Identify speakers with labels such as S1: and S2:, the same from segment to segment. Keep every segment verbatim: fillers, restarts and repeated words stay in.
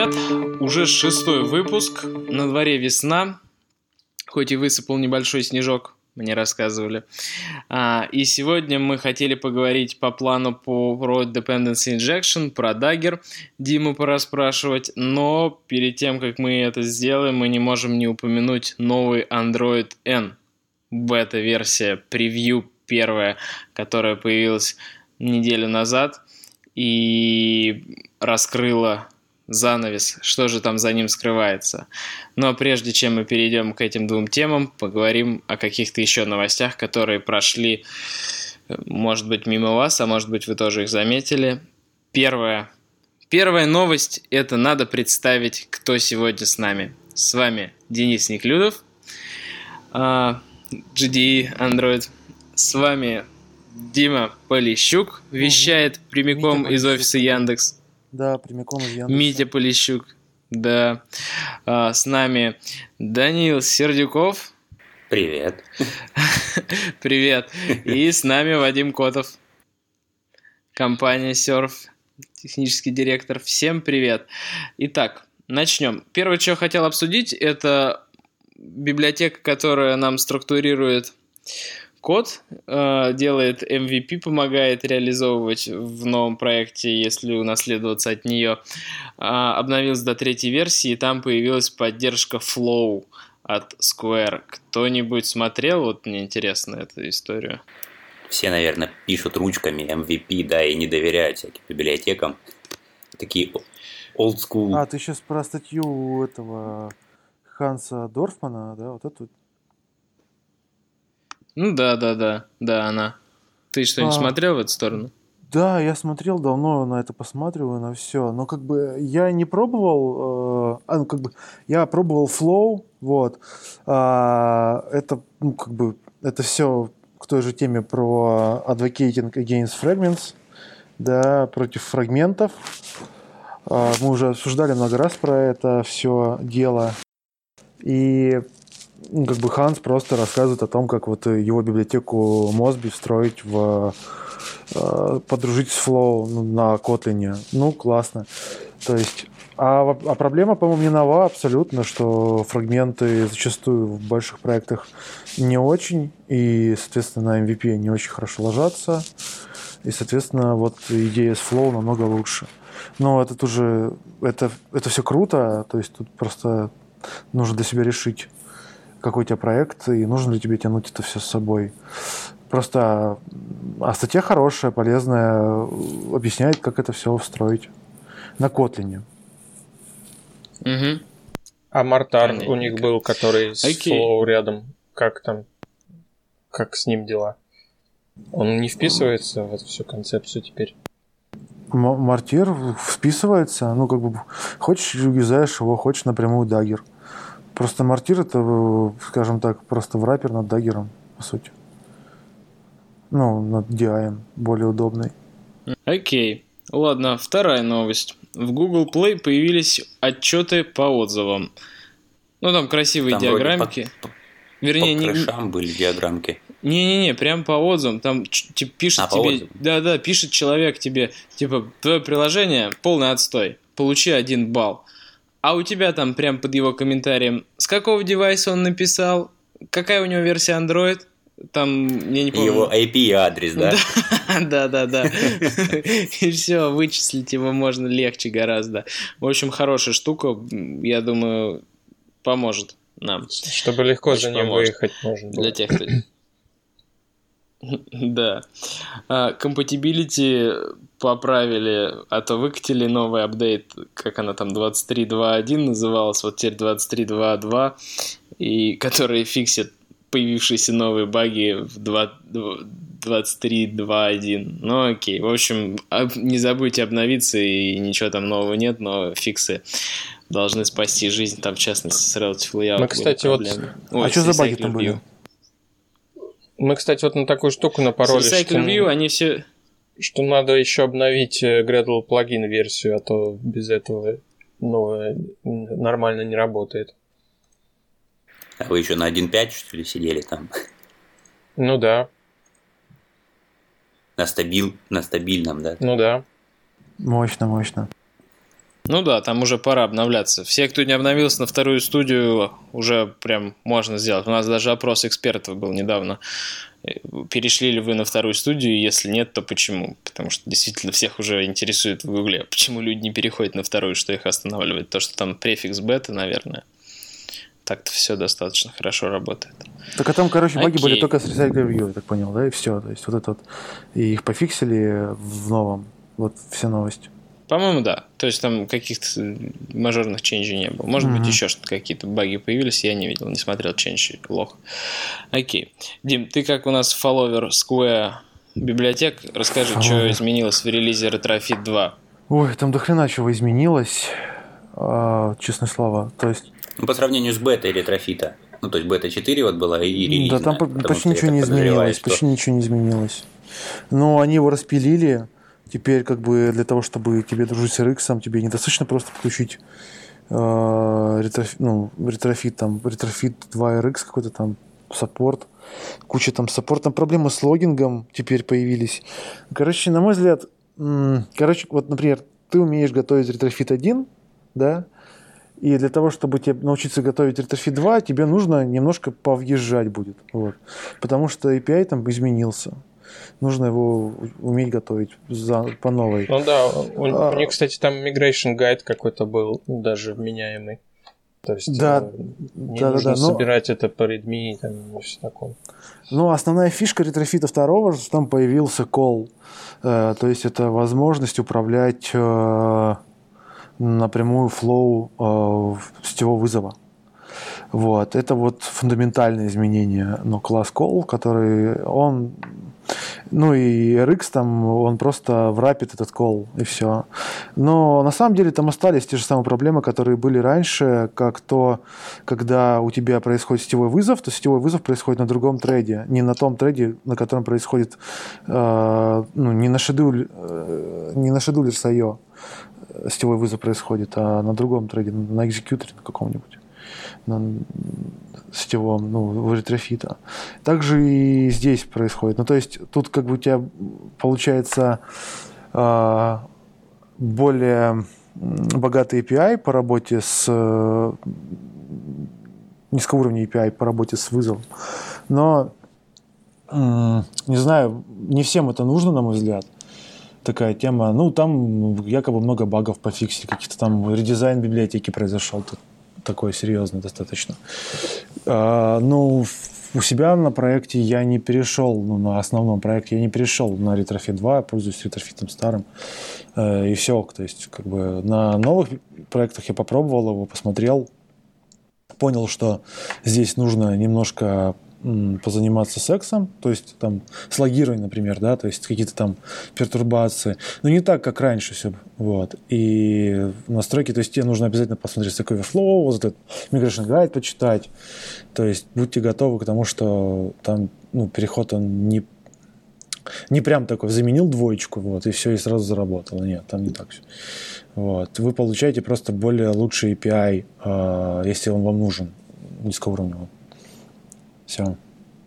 S1: ребят, уже шестой выпуск, на дворе весна, хоть и высыпал небольшой снежок, мне рассказывали. А, и сегодня мы хотели поговорить по плану по, про Dependency Injection, про Dagger, Диму пораспрашивать, но перед тем, как мы это сделаем, мы не можем не упомянуть новый Android N. Бета-версия, превью первая, которая появилась неделю назад и раскрыла занавес, что же там за ним скрывается. Но прежде чем мы перейдем к этим двум темам, поговорим о каких-то еще новостях, которые прошли, может быть, мимо вас, а может быть, вы тоже их заметили. Первая, первая новость – это надо представить, кто сегодня с нами. С вами Денис Неклюдов, джи ди и Android. С вами Дима Полищук, вещает угу. прямиком Митя из Полищук. Офиса Яндекс.
S2: Да, прямиком из Яндекса.
S1: Митя Полищук, да. А, с нами Даниил Сердюков.
S3: Привет.
S1: Привет. И с нами Вадим Котов. Компания Surf, технический директор. Всем привет. Итак, начнем. Первое, что я хотел обсудить, это библиотека, которая нам структурирует код, делает эм ви пи, помогает реализовывать в новом проекте, если унаследоваться от нее. Обновилась до третьей версии, и там появилась поддержка Flow от Square. Кто-нибудь смотрел? Вот мне интересно эту историю.
S3: Все, наверное, пишут ручками эм ви пи, да, и не доверяют всяким библиотекам. Такие old school.
S2: А, ты сейчас про статью этого Ханса Дорфмана, да, вот эту?
S1: Ну да, да, да, да, она. Ты что-нибудь а, смотрел в эту сторону?
S2: Да, я смотрел, давно на это посматриваю, на все. Но как бы я не пробовал, э, а, ну как бы я пробовал Flow, вот. А, это, ну как бы, это все к той же теме про advocating against fragments, да, против фрагментов. А, мы уже обсуждали много раз про это все дело. И ну, как бы Ханс просто рассказывает о том, как вот его библиотеку Mosby встроить в э, подружить с Flow на Kotlin. Ну, классно. То есть, а, а проблема, по-моему, не нова абсолютно, что фрагменты зачастую в больших проектах не очень, и, соответственно, на эм ви пи не очень хорошо ложатся. И, соответственно, вот идея с Flow намного лучше. Но это тоже, это, это все круто, то есть тут просто нужно для себя решить, какой у тебя проект, и нужно ли тебе тянуть это все с собой. Просто а статья хорошая, полезная, объясняет, как это все встроить на Kotlin.
S1: Угу.
S4: А Мартар у них был, который с okay. Flow рядом. Как там? Как с ним дела? Он не вписывается в эту всю концепцию теперь?
S2: М- Мартир вписывается. Ну, как бы, хочешь, юзаешь его, хочешь напрямую Dagger. Просто Мартир это, скажем так, просто враппер над Даггером, по сути. Ну, над ди ай, более удобный.
S1: Окей. Ладно, вторая новость. В Google Play появились отчеты по отзывам. Ну, там красивые там диаграммки.
S3: По,
S1: Вернее,
S3: по крышам не... были диаграммки.
S1: Не-не-не, прям по отзывам. Там типа, пишет
S3: а,
S1: тебе... Да-да, пишет человек тебе, типа, твое приложение полный отстой. Получи один балл. А у тебя там прям под его комментарием, с какого девайса он написал, какая у него версия Android, там, я не помню.
S3: Его ай пи-адрес, да?
S1: Да-да-да. И все, вычислить его можно легче гораздо. В общем, хорошая штука, я думаю, поможет нам.
S4: Чтобы легко за ним выехать можно было.
S1: Для тех, кто... Да. Compatibility поправили, а то выкатили новый апдейт, как она там двадцать три точка два точка один называлась, вот теперь двадцать три точка два точка два, и который фиксит появившиеся новые баги в двадцать три точка два точка один. Ну окей, в общем, не забудьте обновиться, и ничего там нового нет, но фиксы должны спасти жизнь, там в частности с Relative Layout.
S4: Мы, кстати, вот...
S2: Ой, а что за баги там были?
S4: Мы, кстати, вот на такую штуку напоролись,
S1: что, View, они все...
S4: что надо еще обновить Gradle плагин версию, а то без этого новое нормально не работает.
S3: А вы еще на один точка пять, что ли, сидели там?
S4: Ну да.
S3: На, стабил... на стабильном, да?
S4: Ну да.
S2: Мощно, мощно.
S1: Ну да, там уже пора обновляться. Все, кто не обновился на вторую студию, уже прям можно сделать. У нас даже опрос экспертов был недавно. Перешли ли вы на вторую студию? Если нет, то почему? Потому что действительно всех уже интересует в Гугле, почему люди не переходят на вторую, что их останавливает. То, что там префикс бета, наверное. Так-то все достаточно хорошо работает.
S2: Так а там, короче, баги
S1: Окей.
S2: были только с Recycle Review, я так понял, да, и все. То есть вот это вот. И их пофиксили в новом. Вот все новости.
S1: По-моему, да. То есть там каких-то мажорных ченджей не было. Может mm-hmm. быть, еще что-то, какие-то баги появились, я не видел, не смотрел ченджи, лох. Окей. Дим, ты как у нас фолловер Square библиотек, расскажи, Фолловер. Что изменилось в релизе Retrofit два.
S2: Ой, там до хрена чего изменилось, а, честное слово. То есть...
S3: Ну, по сравнению с бетой Ретрофита. Ну, то есть бета четыре вот была и релизная.
S2: Да, там почти ничего не изменилось. Что... Почти ничего не изменилось. Но они его распилили. Теперь, как бы, для того, чтобы тебе дружить с эр икс, тебе недостаточно просто подключить э, ретрофит, ну, ретрофит, там, ретрофит два эр икс, какой-то там саппорт. Куча там саппорт. Там проблемы с логингом теперь появились. Короче, на мой взгляд, м- короче, вот, например, ты умеешь готовить ретрофит один, да, и для того, чтобы тебе научиться готовить ретрофит два, тебе нужно немножко повъезжать будет. Вот. Потому что эй пи ай там изменился. Нужно его уметь готовить за, по новой.
S4: Ну да, у, а, у них, кстати, там migration guide какой-то был, даже вменяемый. То есть
S2: да,
S4: э, не
S2: да,
S4: нужно
S2: да, да,
S4: собирать но... это по readme там, и все такое.
S2: Ну, основная фишка ретрофита второго, что там появился call. Э, то есть это возможность управлять э, напрямую флоу э, сетевого вызова. Вот. Это вот фундаментальное изменение. Но класс call, который он... Ну и эр икс там, он просто врапит этот call, и все. Но на самом деле там остались те же самые проблемы, которые были раньше, как то, когда у тебя происходит сетевой вызов, то сетевой вызов происходит на другом трейде, не на том трейде, на котором происходит, э, ну, не на шедуль, э, не на шедулер с ай о сетевой вызов происходит, а на другом трейде, на экзекьюторе на каком-нибудь. На сетевом, ну, ретрофита. Также и здесь происходит. Ну, то есть тут как бы у тебя получается э, более богатый эй пи ай по работе с э, низкоуровневый эй пи ай по работе с вызовом. Но э, не знаю, не всем это нужно, на мой взгляд. Такая тема. Ну, там якобы много багов пофиксили, каких-то там редизайн библиотеки произошел тут. Такой серьезный достаточно. А, ну, у себя на проекте я не перешел, ну, на основном проекте я не перешел на ретрофит два, я пользуюсь ретрофитом старым, э, и все. То есть, как бы на новых проектах я попробовал его, посмотрел, понял, что здесь нужно немножко м, позаниматься сексом, то есть там с логированием, например, да, то есть какие-то там пертурбации, но не так, как раньше все, вот, и настройки, то есть тебе нужно обязательно посмотреть Stack Overflow, вот этот Migration Guide почитать, то есть будьте готовы к тому, что там, ну, переход он не не прям такой, заменил двоечку, вот, и все, и сразу заработало. Нет, там не так все. Вот. Вы получаете просто более лучший эй пи ай, э, если он вам нужен, низкоуровневый. Все.
S1: Угу.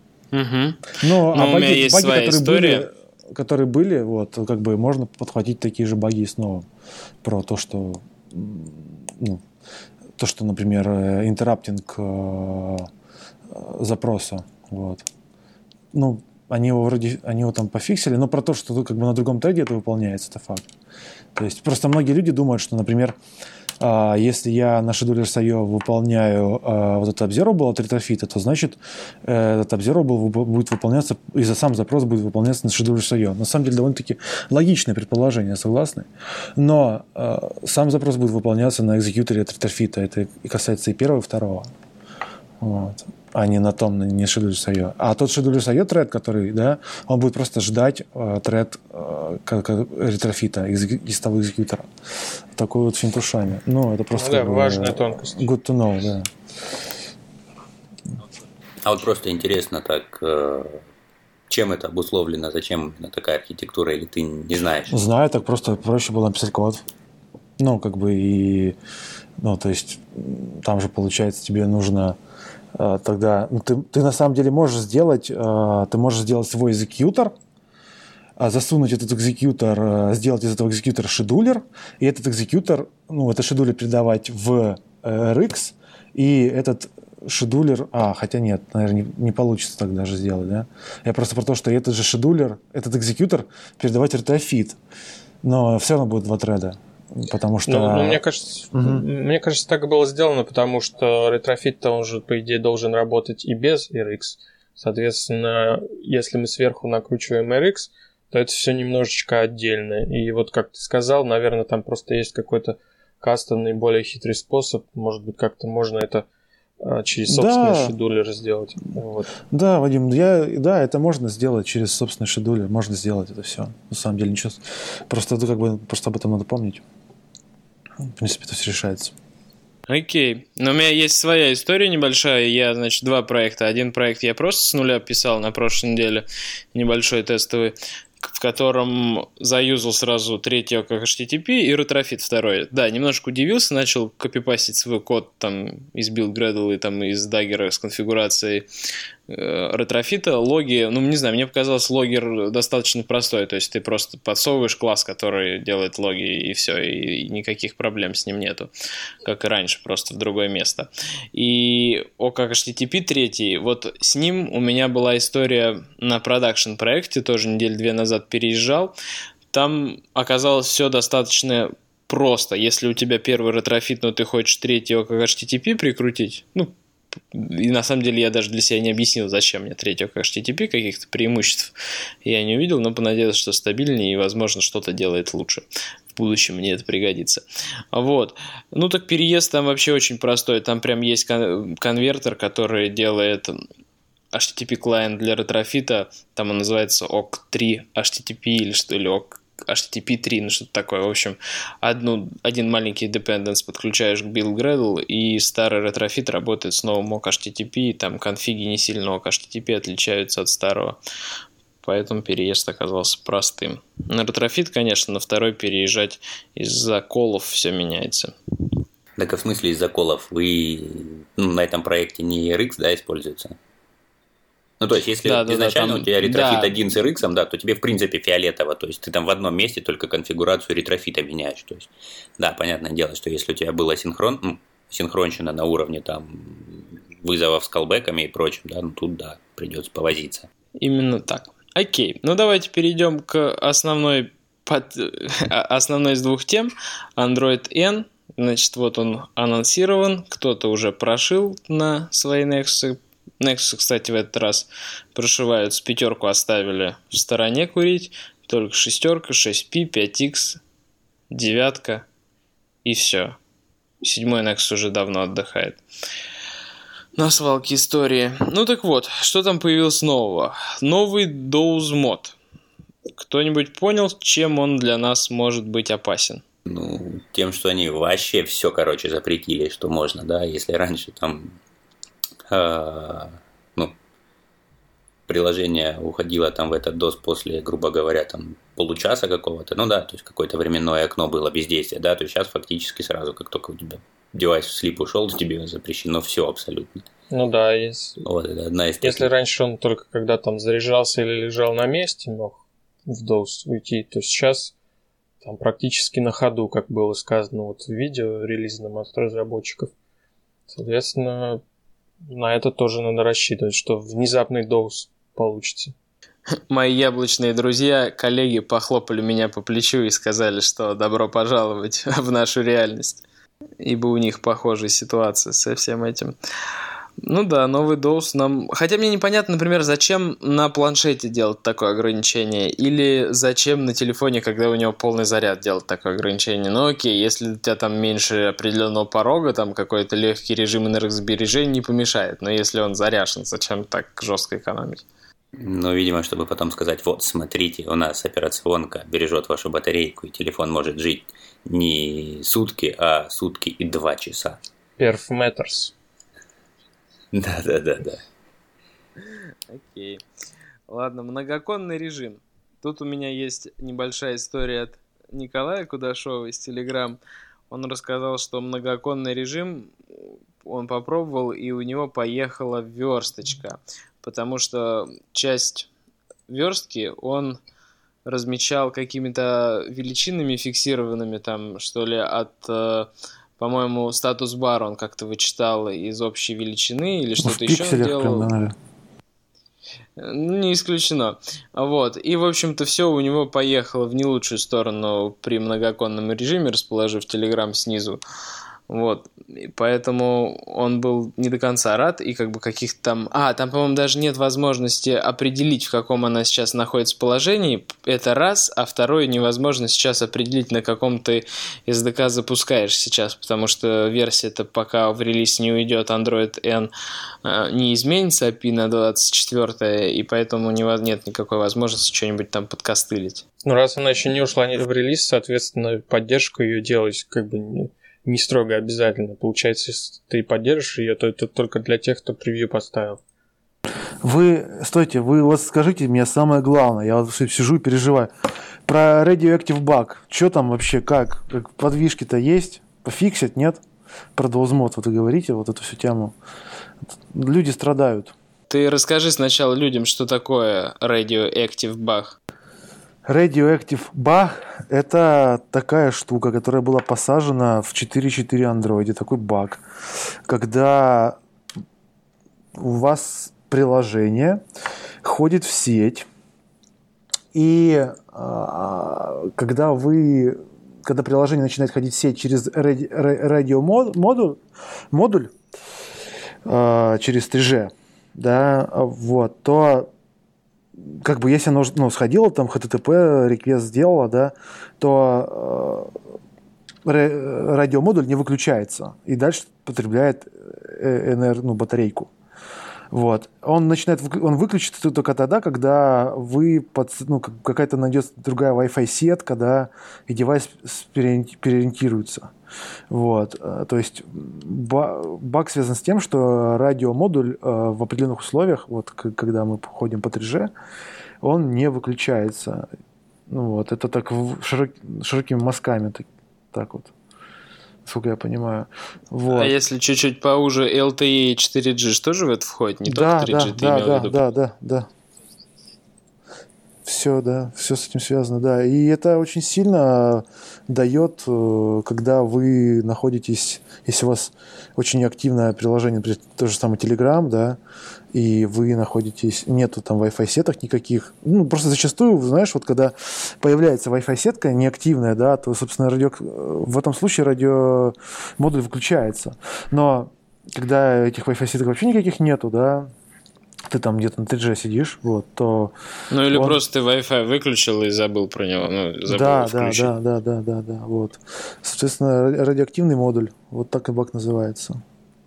S2: Но, а баги, баги которые, были, которые были, вот, как бы можно подхватить такие же баги снова. Про то, что, ну, то, что, например, интерраптинг э, запроса. Вот. Ну, они его вроде, они его там пофиксили, но про то, что как бы на другом трейде это выполняется, это факт. То есть просто многие люди думают, что, например, Uh, если я на Scheduler с ай о выполняю uh, вот этот observable от ретрофита, то значит uh, этот observable будет выполняться, и за сам запрос будет выполняться на Scheduler с ай о. На самом деле довольно-таки логичное предположение, согласны? Но uh, сам запрос будет выполняться на экзекьюторе от ретрофита. Это и касается и первого, и второго. Вот. А не на том, не Scheduler с ай о. А тот Scheduler с ай о тред, который, да, он будет просто ждать uh, тред uh, как, как ретрофита из, из того экзекьютора. Такой вот финт ушами. Ну, это просто...
S4: Ну, да, важная тонкость.
S2: Good to know, да.
S3: А вот просто интересно так, чем это обусловлено, зачем такая архитектура, или ты не знаешь?
S2: Знаю, так просто проще было написать код. Ну, как бы и... Ну, то есть, там же, получается, тебе нужно тогда... Ну, ты, ты на самом деле можешь сделать... Ты можешь сделать свой экзекьютор, засунуть этот экзекьютор, сделать из этого экзекьютора шедулер, и этот экзекьютор, ну, этот шедулер передавать в эр икс, и этот шедулер... А, хотя нет, наверное, не, не получится так даже сделать, да? Я просто про то, что этот же шедулер, этот экзекьютор передавать ретрофит, но все равно будет два треда. Потому что...
S4: Ну, ну, мне кажется, угу. мне кажется, так и было сделано, потому что ретрофит-то он же, по идее, должен работать и без эр икс. Соответственно, если мы сверху накручиваем эр икс, то это все немножечко отдельно. И вот, как ты сказал, наверное, там просто есть какой-то кастомный, более хитрый способ. Может быть, как-то можно это а, через собственный да. шедулер сделать. Вот.
S2: Да, Вадим, я, да, это можно сделать через собственный шедулер. Можно сделать это все. На самом деле ничего. Просто, ну, как бы, просто об этом надо помнить. В принципе, это все решается.
S1: Окей. Но у меня есть своя история небольшая. Я, значит, два проекта. Один проект я просто с нуля писал на прошлой неделе. Небольшой тестовый. В котором заюзал сразу третий как эйч ти ти пи и ретрофит второй. Да, немножко удивился, начал копипастить свой код там из build-gradle и там из Dagger с конфигурацией э, ретрофита. Логи, ну, не знаю, мне показалось, логер достаточно простой. То есть ты просто подсовываешь класс, который делает логи, и все, и, и никаких проблем с ним нету. Как и раньше, просто в другое место. И о как эйч ти ти пи третий, вот с ним у меня была история на продакшн проекте, тоже недели две назад переезжал, там оказалось все достаточно просто. Если у тебя первый ретрофит, но ты хочешь третьего как эйч ти ти пи прикрутить, ну, и на самом деле я даже для себя не объяснил, зачем мне третьего как эйч ти ти пи, каких-то преимуществ я не увидел, но понадеялся, что стабильнее и, возможно, что-то делает лучше. В будущем мне это пригодится. Вот. Ну, так переезд там вообще очень простой. Там прям есть кон- конвертер, который делает... эйч ти ти пи клиент для ретрофита, там он называется о си три эйч ти ти пи или что, или эйч ти ти пи три, ну что-то такое. В общем, одну, один маленький dependency подключаешь к build-gradle, и старый ретрофит работает с новым о си эйч ти ти пи, там конфиги не сильно о си эйч ти ти пи отличаются от старого. Поэтому переезд оказался простым. На ретрофит, конечно, на второй переезжать из-за колов все меняется.
S3: Так, а в смысле из-за колов? Вы ну, на этом проекте не эр икс, да, используется? Ну, то есть, если да, изначально да, да, там, у тебя ретрофит да. один с эр икс, да, то тебе, в принципе, фиолетово. То есть, ты там в одном месте только конфигурацию ретрофита меняешь. То есть, да, понятное дело, что если у тебя была синхрон, ну, синхронщина на уровне там вызовов с колбеками и прочим, да, ну, тут, да, придется повозиться.
S1: Именно так. Окей, ну, давайте перейдем к основной, под... основной из двух тем. Android N. Значит, вот он анонсирован. Кто-то уже прошил на свои Nexus. Nexus, кстати, в этот раз прошивают, с пятерку оставили в стороне курить, только шестерка, шесть пи, пять икс, девятка и все. Седьмой Nexus уже давно отдыхает. На свалке истории. Ну так вот, что там появилось нового? Новый доуз мод. Кто-нибудь понял, чем он для нас может быть опасен?
S3: Ну, тем, что они вообще все, короче, запретили, что можно, да, если раньше там... ну, приложение уходило там в этот дос после, грубо говоря, там получаса какого-то, ну да, то есть какое-то временное окно было бездействия, да, то есть сейчас фактически сразу, как только у тебя девайс в слип ушел, тебе запрещено все абсолютно.
S4: Ну да, если,
S3: вот, это одна из
S4: если раньше он только когда там заряжался или лежал на месте, мог в дос уйти, то сейчас там практически на ходу, как было сказано вот в видео релизном от разработчиков. Соответственно, на это тоже надо рассчитывать, что внезапный доуз получится.
S1: Мои яблочные друзья, коллеги похлопали меня по плечу и сказали, что добро пожаловать в нашу реальность. Ибо у них похожая ситуация со всем этим. Ну да, новый доуз нам... Хотя мне непонятно, например, зачем на планшете делать такое ограничение, или зачем на телефоне, когда у него полный заряд, делать такое ограничение. Ну окей, если у тебя там меньше определенного порога, там какой-то легкий режим энергосбережения не помешает. Но если он заряжен, зачем так жестко экономить?
S3: Ну, видимо, чтобы потом сказать, вот, смотрите, у нас операционка бережет вашу батарейку, и телефон может жить не сутки, а сутки и два часа.
S4: Perf matters.
S3: Да-да-да-да.
S1: Окей. Ладно, многоконный режим. Тут у меня есть небольшая история от Николая Кудашова из Telegram. Он рассказал, что многоконный режим он попробовал, и у него поехала версточка. Потому что часть верстки он размечал какими-то величинами фиксированными, там, что ли, от, по-моему, статус-бар он как-то вычитал из общей величины или что-то еще он делал. Прям, наверное. Не исключено. Вот. И, в общем-то, все у него поехало в не лучшую сторону при многоконном режиме, расположив Telegram снизу. Вот. И поэтому он был не до конца рад, и как бы каких-то там... А, там, по-моему, даже нет возможности определить, в каком она сейчас находится положении. Это раз. А второе, невозможно сейчас определить, на каком ты эс ди кей запускаешь сейчас, потому что версия-то пока в релиз не уйдет, Android N не изменится эй пи ай на двадцать четвёртое, и поэтому нет никакой возможности что-нибудь там подкостылить.
S4: Ну, раз она еще не ушла в релиз, соответственно, поддержку ее делать как бы не... не строго обязательно. Получается, если ты поддержишь ее, то это только для тех, кто превью поставил.
S2: Вы, стойте, вы вот скажите мне самое главное, я вот сижу и переживаю. Про Radioactive Bug, что там вообще, как? Подвижки-то есть? Пофиксят, нет? Про DOSMod вот вы говорите, вот эту всю тему. Люди страдают.
S1: Ты расскажи сначала людям, что такое Radioactive Bug.
S2: Radioactive Bug – это такая штука, которая была посажена в четыре точка четыре Android. Такой баг, когда у вас приложение ходит в сеть, и а, когда вы, когда приложение начинает ходить в сеть через радиомодуль, модуль, а, через три джи, да, вот, то как бы если оно ну, сходило, там эйч ти ти пи реквест сделала, да, то э, радиомодуль не выключается и дальше потребляет эн эр, ну, батарейку. Вот. Он начинает, он выключится только тогда, когда вы под, ну, какая-то найдется другая Wi-Fi сетка, да, и девайс переориентируется. Вот. То есть баг связан с тем, что радиомодуль в определенных условиях, вот когда мы ходим по три джи, он не выключается. Ну, вот. Это так широк, широкими мазками, так, так вот. Сколько я понимаю. Вот.
S1: А если чуть-чуть поуже, эл ти и и четыре джи тоже в это входит? Не
S2: да,
S1: только три джи,
S2: да,
S1: ты
S2: да,
S1: имел
S2: да,
S1: в виду?
S2: Да, да, да. Все, да, все с этим связано, да. И это очень сильно дает, когда вы находитесь, если у вас очень активное приложение, например, то же самое Telegram, да, и вы находитесь, нету там Wi-Fi сеток никаких. Ну, просто зачастую, знаешь, вот когда появляется Wi-Fi сетка неактивная, да, то, собственно, радио, в этом случае радиомодуль выключается. Но когда этих Wi-Fi сеток вообще никаких нету, да, ты там где-то на три джи сидишь, вот, то...
S1: Ну, или он... просто ты Wi-Fi выключил и забыл про него, ну, забыл
S2: да,
S1: его включить.
S2: Да, да, да, да, да, вот. Соответственно, радиоактивный модуль, вот так и баг называется.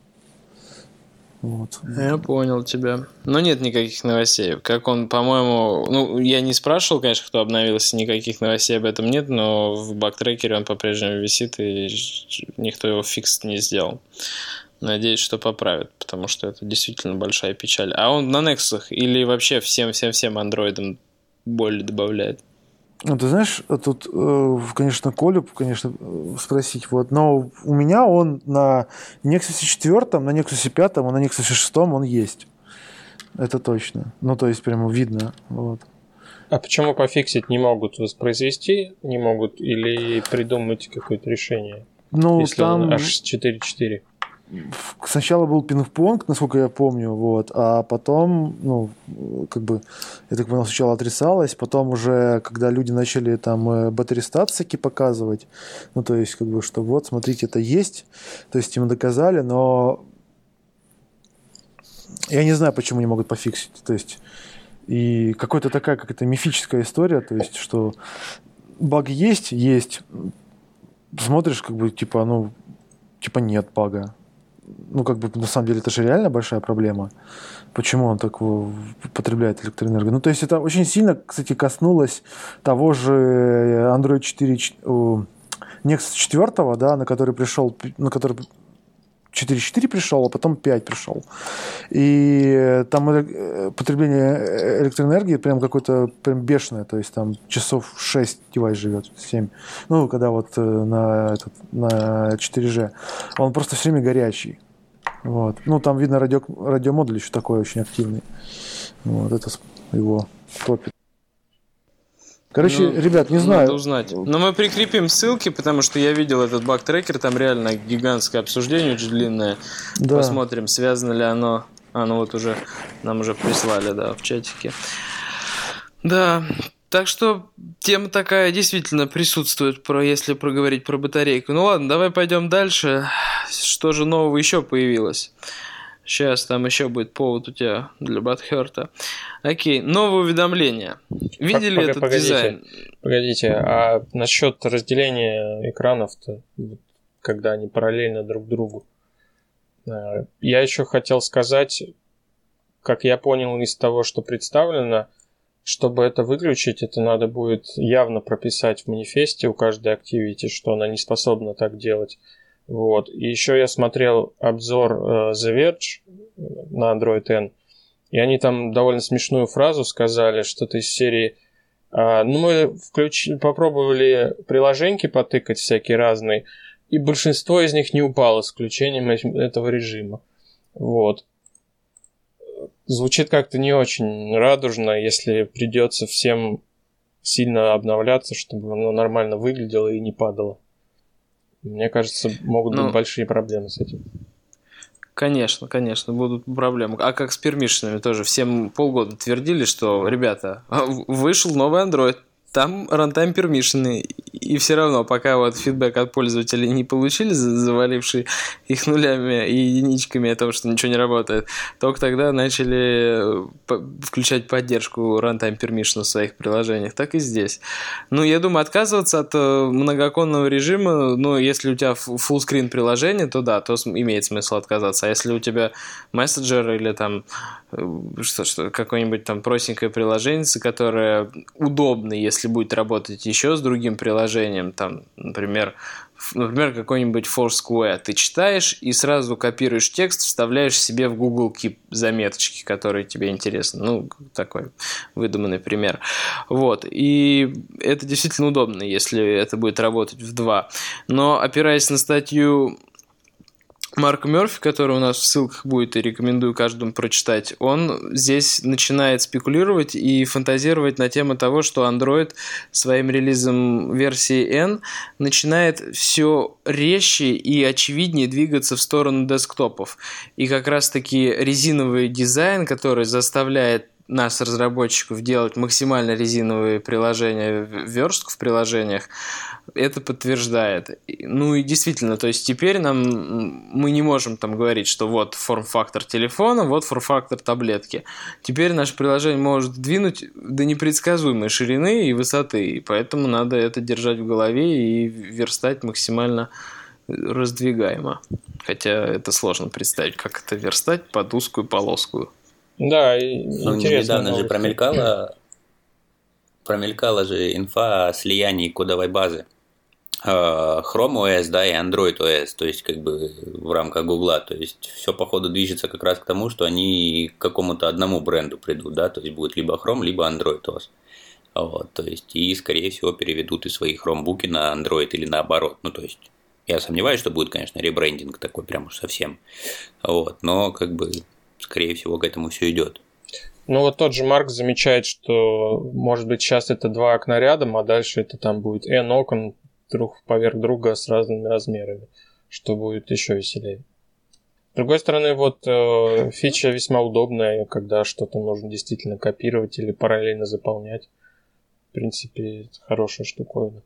S2: Вот.
S1: Я понял тебя. Но нет никаких новостей. Как он, по-моему... Ну, я не спрашивал, конечно, кто обновился, никаких новостей об этом нет, но в бактрекере он по-прежнему висит, и никто его фикс не сделал. Надеюсь, что поправят, потому что это действительно большая печаль. А он на Nexus или вообще всем-всем-всем андроидам боль добавляет?
S2: Ну, ты знаешь, тут, конечно, Колю, конечно, спросить, вот, но у меня он на Nexus четыре, на Nexus пять, а на Nexus шесть он есть. Это точно. Ну, то есть, прямо видно. Вот.
S4: А почему пофиксить не могут? Воспроизвести не могут или придумать какое-то решение?
S2: Ну,
S4: если
S2: там...
S4: он аш четыре точка четыре.
S2: Сначала был пинг-понг, насколько я помню, вот, а потом, ну, как бы, я так понял, сначала отрицалось, потом уже, когда люди начали там батари-статсики показывать, ну, то есть, как бы, что вот, смотрите, это есть, то есть, им доказали, но я не знаю, почему не могут пофиксить, то есть, и какая-то такая, какая-то мифическая история, то есть, что баг есть, есть, смотришь, как бы, типа, ну, типа, нет бага. Ну, как бы, на самом деле, это же реально большая проблема. Почему он так потребляет электроэнергию? Ну, то есть, это очень сильно, кстати, коснулось того же Android четыре, Nexus четыре, да, на который пришел, на который четыре точка четыре пришел, а потом пять пришел. И там потребление электроэнергии прям какое-то прям бешеное, то есть там часов шесть девайс живет, семь. Ну, когда вот на, этот, на четыре джи. Он просто все время горячий. Вот. Ну, там видно радио, радиомодуль еще такой очень активный. Вот, это его топит. Короче,
S1: ну,
S2: ребят, не знаю.
S1: Надо узнать. Но мы прикрепим ссылки, потому что я видел этот баг-трекер, там реально гигантское обсуждение, очень длинное. Да. Посмотрим, связано ли оно. А, ну вот уже нам уже прислали, да, в чатике. Да, так что тема такая действительно присутствует, про, если проговорить про батарейку. Ну ладно, давай пойдем дальше. Что же нового еще появилось? Сейчас там еще будет повод у тебя для Батхерта. Окей, новое уведомление. Видели Пог- этот
S4: погодите,
S1: дизайн?
S4: Погодите, а насчет разделения экранов-то, когда они параллельно друг другу? Я еще хотел сказать, как я понял из того, что представлено, чтобы это выключить, это надо будет явно прописать в манифесте у каждой activity, что она не способна так делать. Вот. И еще я смотрел обзор uh, The Verge на Android N, и они там довольно смешную фразу сказали, что-то из серии uh, ну, мы включ... попробовали приложеньки потыкать всякие разные, и большинство из них не упало, с исключением этого режима. Вот. Звучит как-то не очень радужно, если придется всем сильно обновляться, чтобы оно нормально выглядело и не падало. Мне кажется, могут ну, быть большие проблемы с этим.
S1: Конечно, конечно, будут проблемы. А как с пермишинами тоже? Всем полгода твердили, что, ребята, вышел новый Android, там рантайм пермишины, и все равно, пока вот фидбэк от пользователей не получили, завалившие их нулями и единичками о том, что ничего не работает, только тогда начали включать поддержку рантайм пермишина в своих приложениях. Так и здесь. Ну, я думаю, отказываться от многооконного режима, ну, если у тебя фуллскрин приложение, то да, то имеет смысл отказаться. А если у тебя мессенджер или там что, что, какое-нибудь там простенькое приложение, которое удобно, если будет работать еще с другим приложением, там, например, например, какой-нибудь Foursquare, ты читаешь и сразу копируешь текст, вставляешь себе в Google Keep заметочки, которые тебе интересны. Ну, такой выдуманный пример. Вот. И это действительно удобно, если это будет работать в два. Но, опираясь на статью Марка Мёрфи, который у нас в ссылках будет, и рекомендую каждому прочитать, он здесь начинает спекулировать и фантазировать на тему того, что Android своим релизом версии N начинает все резче и очевиднее двигаться в сторону десктопов. И как раз-таки резиновый дизайн, который заставляет нас, разработчиков, делать максимально резиновые приложения, верстку в приложениях, это подтверждает. Ну и действительно, то есть теперь нам мы не можем там говорить, что вот форм-фактор телефона, вот форм-фактор таблетки. Теперь наше приложение может двинуть до непредсказуемой ширины и высоты, и поэтому надо это держать в голове и верстать максимально раздвигаемо. Хотя это сложно представить, как это верстать под узкую полоску.
S4: Да, и ну, интересно.
S3: Недавно же промелькала, промелькала же инфа о слиянии кодовой базы Chrome о эс, да, и Android о эс, то есть как бы в рамках Гугла, то есть все походу движется как раз к тому, что они к какому-то одному бренду придут, да, то есть будет либо Chrome, либо Android о эс. Вот, то есть и скорее всего переведут и свои хромбуки на Android или наоборот, ну то есть я сомневаюсь, что будет, конечно, ребрендинг такой прям уж совсем, вот, но как бы скорее всего к этому все идет.
S4: Ну вот тот же Марк замечает, что может быть сейчас это два окна рядом, а дальше это там будет N окон друг поверх друга с разными размерами, что будет еще веселее. С другой стороны, вот э, фича весьма удобная, когда что-то нужно действительно копировать или параллельно заполнять. В принципе, это хорошая штуковина.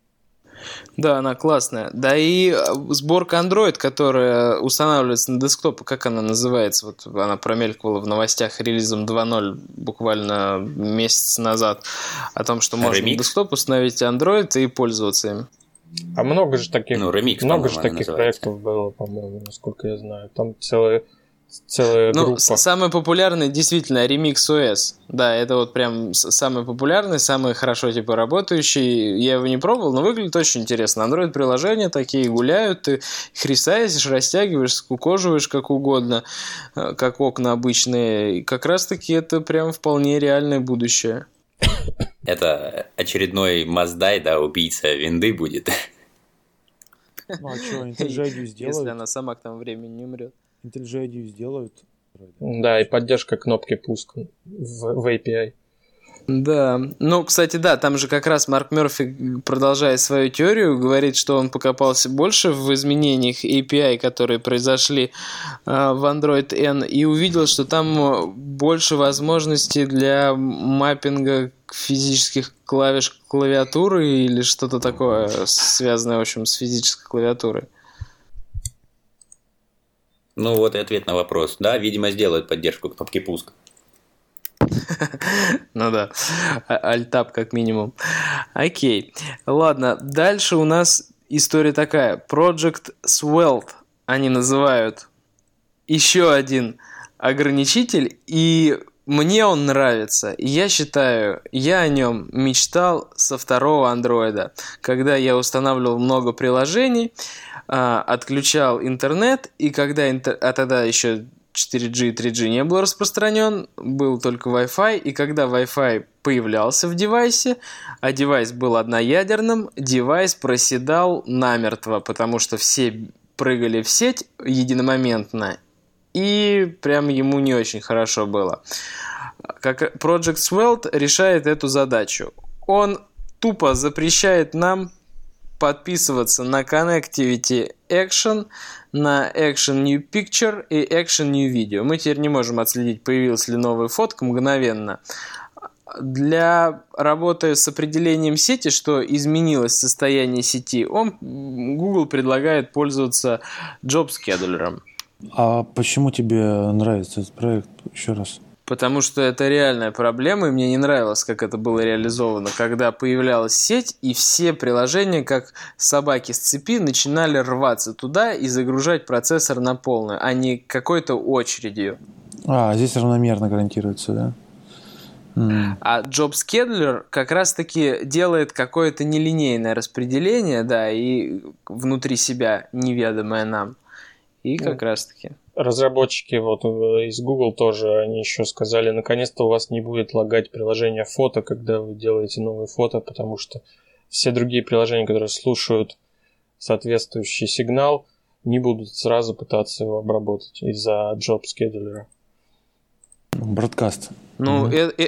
S1: Да, она классная. Да и сборка Android, которая устанавливается на десктоп, как она называется? Вот она промелькивала в новостях релизом два ноль буквально месяц назад о том, что можно Remix. На десктоп установить Android и пользоваться им.
S4: А много же таких,
S3: ну, Remix,
S4: много же таких проектов было, по-моему, насколько я знаю. Там целая Целая
S1: ну,
S4: группа.
S1: Самый популярный действительно Remix о эс. Да, это вот прям самый популярный, самый хорошо типа работающий. Я его не пробовал, но выглядит очень интересно. Android-приложения такие гуляют, ты их ресайзишь, растягиваешь, скукоживаешь как угодно, как окна обычные. И как раз-таки это прям вполне реальное будущее.
S3: Это очередной Маздай, да, убийца винды будет.
S2: Ну а что, IntelliJ сделают?
S1: Если она сама к тому времени не умрет.
S2: IntelliJ сделают.
S4: Да, и поддержка кнопки пуска в, в эй пи ай.
S1: Да, ну, кстати, да, там же как раз Марк Мерфи, продолжая свою теорию, говорит, что он покопался больше в изменениях эй пи ай, которые произошли э, в Android N, и увидел, что там больше возможностей для маппинга физических клавиш клавиатуры или что-то такое, связанное, в общем, с физической клавиатурой.
S3: Ну, вот и ответ на вопрос. Да, видимо, сделают поддержку кнопки пуск.
S1: Ну да, альтап как минимум. Окей, ладно, дальше у нас история такая. Project Svelte они называют. Еще один ограничитель, и мне он нравится. Я считаю, я о нем мечтал со второго андроида, когда я устанавливал много приложений, отключал интернет, и когда интер... а тогда еще четыре джи и три джи не был распространен, был только Wi-Fi, и когда Wi-Fi появлялся в девайсе, а девайс был одноядерным, девайс проседал намертво, потому что все прыгали в сеть единомоментно, и прям ему не очень хорошо было. Как Project Svelte решает эту задачу. Он тупо запрещает нам подписываться на Connectivity Action, на Action New Picture и Action New Video. Мы теперь не можем отследить, появилась ли новая фотка мгновенно. Для работы с определением сети, что изменилось состояние сети, он, Google предлагает пользоваться Job Scheduler.
S2: А почему тебе нравится этот проект? Еще раз.
S1: Потому что это реальная проблема, и мне не нравилось, как это было реализовано, когда появлялась сеть, и все приложения, как собаки с цепи, начинали рваться туда и загружать процессор на полную, а не какой-то очередью.
S2: А, здесь равномерно гарантируется, да? Mm.
S1: А Job Scheduler как раз-таки делает какое-то нелинейное распределение, да, и внутри себя неведомое нам. И как mm. раз-таки...
S4: Разработчики вот из Google тоже, они еще сказали, наконец-то у вас не будет лагать приложение фото, когда вы делаете новые фото, потому что все другие приложения, которые слушают соответствующий сигнал, не будут сразу пытаться его обработать из-за Job Scheduler.
S2: Бродкаст.
S1: Ну,
S2: mm-hmm.
S1: э- э-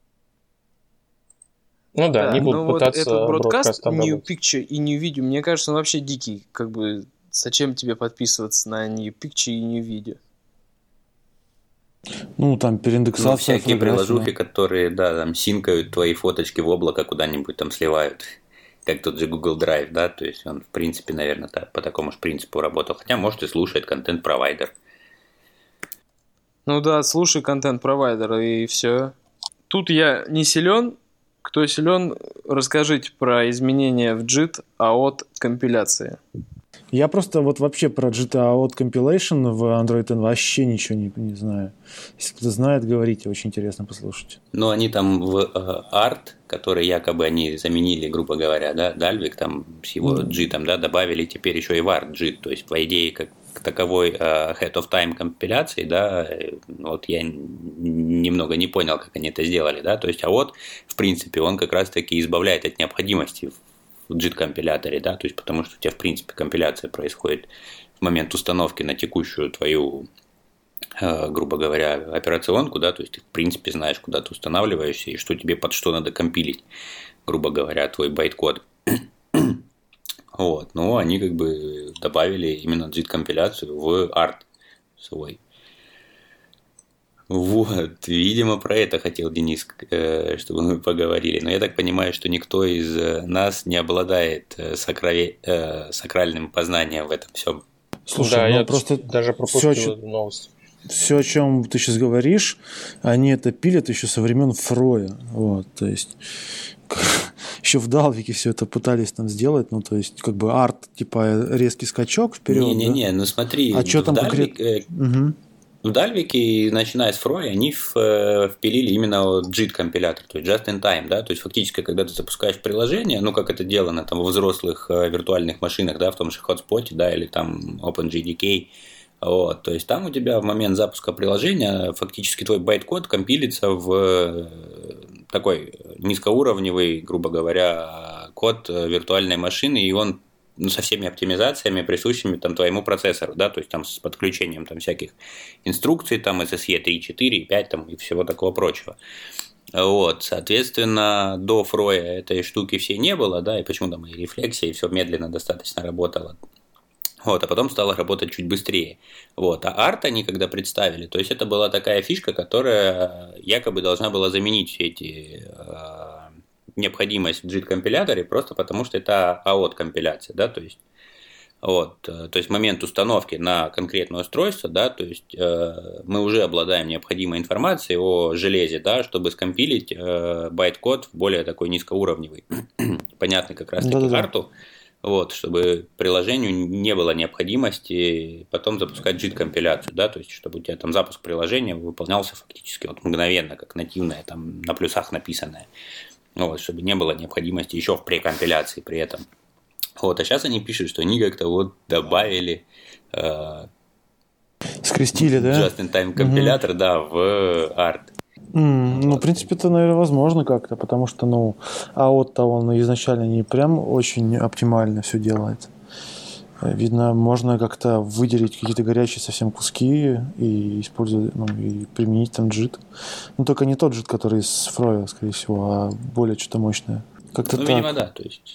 S4: ну да,
S1: да,
S4: не будут
S1: ну
S4: пытаться
S1: вот этот бродкаст,
S4: обработать.
S1: New Picture и New Video, мне кажется, он вообще дикий, как бы... Зачем тебе подписываться на New Picture и New Video?
S2: Ну, там переиндексация.
S3: Ну, всякие приложухи, которые, да, там синкают твои фоточки в облако, куда-нибудь там сливают. Как тот же Google Drive, да, то есть он, в принципе, наверное, так, по такому же принципу работал. Хотя, может, и слушает контент-провайдер.
S1: Ну да, слушай контент-провайдер, и все. Тут я не силен. Кто силен, расскажите про изменения в джит от компиляции.
S2: Я просто вот вообще про джи ти эй от Compilation в Android N вообще ничего не, не знаю. Если кто-то знает, говорите, очень интересно послушать.
S3: Ну, они там в э, Art, который якобы они заменили, грубо говоря, да, Dalvik там с его mm-hmm. джитом, да, добавили теперь еще и в Art джит, то есть, по идее, как таковой э, ahead of time компиляции, да, э, вот я немного не понял, как они это сделали, да, то есть, а вот, в принципе, он как раз-таки избавляет от необходимости в джит-компиляторе, да, то есть потому что у тебя, в принципе, компиляция происходит в момент установки на текущую твою, э, грубо говоря, операционку, да, то есть ты, в принципе, знаешь, куда ты устанавливаешься и что тебе под что надо компилить, грубо говоря, твой байт-код. Вот, но они как бы добавили именно джит-компиляцию в Art свой. Вот, видимо, про это хотел Денис, чтобы мы поговорили. Но я так понимаю, что никто из нас не обладает сакраве... сакральным познанием в этом всем.
S2: Слушай,
S4: да,
S2: ну
S4: я
S2: просто
S4: даже пропустил
S2: все,
S4: эту новость.
S2: Все, о чем ты сейчас говоришь, они это пилят еще со времен Фроя. Вот, то есть еще в Далвике все это пытались там сделать, ну, то есть, как бы арт, типа резкий скачок вперед.
S3: Не-не-не, да? Ну смотри,
S2: а что там
S3: Dalvik,
S2: конкретно? Угу.
S3: В Dalvik, начиная с Фроя, они впилили именно джит-компилятор, то есть just in time, да, то есть фактически, когда ты запускаешь приложение, ну, как это делано там во взрослых виртуальных машинах, да, в том же Hotspot, да, или там OpenJDK, вот, то есть там у тебя в момент запуска приложения фактически твой байт-код компилится в такой низкоуровневый, грубо говоря, код виртуальной машины, и он ну, со всеми оптимизациями, присущими там твоему процессору, да, то есть там с подключением там всяких инструкций, там эс эс и три, четыре, пять там и всего такого прочего. Вот, соответственно, до Фроя этой штуки всей не было, да, и почему там и рефлексия, и все медленно достаточно работало. Вот, а потом стало работать чуть быстрее. Вот, а арт они когда представили, то есть это была такая фишка, которая якобы должна была заменить все эти э, необходимость в джит-компиляторе, просто потому что это эй о ти-компиляция, да, то есть вот, то есть момент установки на конкретное устройство, да, то есть э, мы уже обладаем необходимой информацией о железе, да, чтобы скомпилить э, байт-код в более такой низкоуровневый, понятный как раз таки карту, вот, чтобы приложению не было необходимости потом запускать джит-компиляцию, да, то есть чтобы у тебя там запуск приложения выполнялся фактически вот мгновенно, как нативное, там на плюсах написанное, вот, чтобы не было необходимости еще в прекомпиляции при этом. Вот, а сейчас они пишут, что они как-то вот добавили э,
S2: скрестили, да?
S3: Just-in-time компилятор, угу. да, в арт.
S2: Mm, ну, в принципе, это, наверное, возможно как-то, потому что, ну, эй о ти-то он изначально не прям очень оптимально все делает. Видно, можно как-то выделить какие-то горячие совсем куски и использовать, ну, и применить там джит. Ну, только не тот джит, который из Фроя, скорее всего, а более что-то мощное. Как-то
S3: ну,
S2: так.
S3: видимо, да, то есть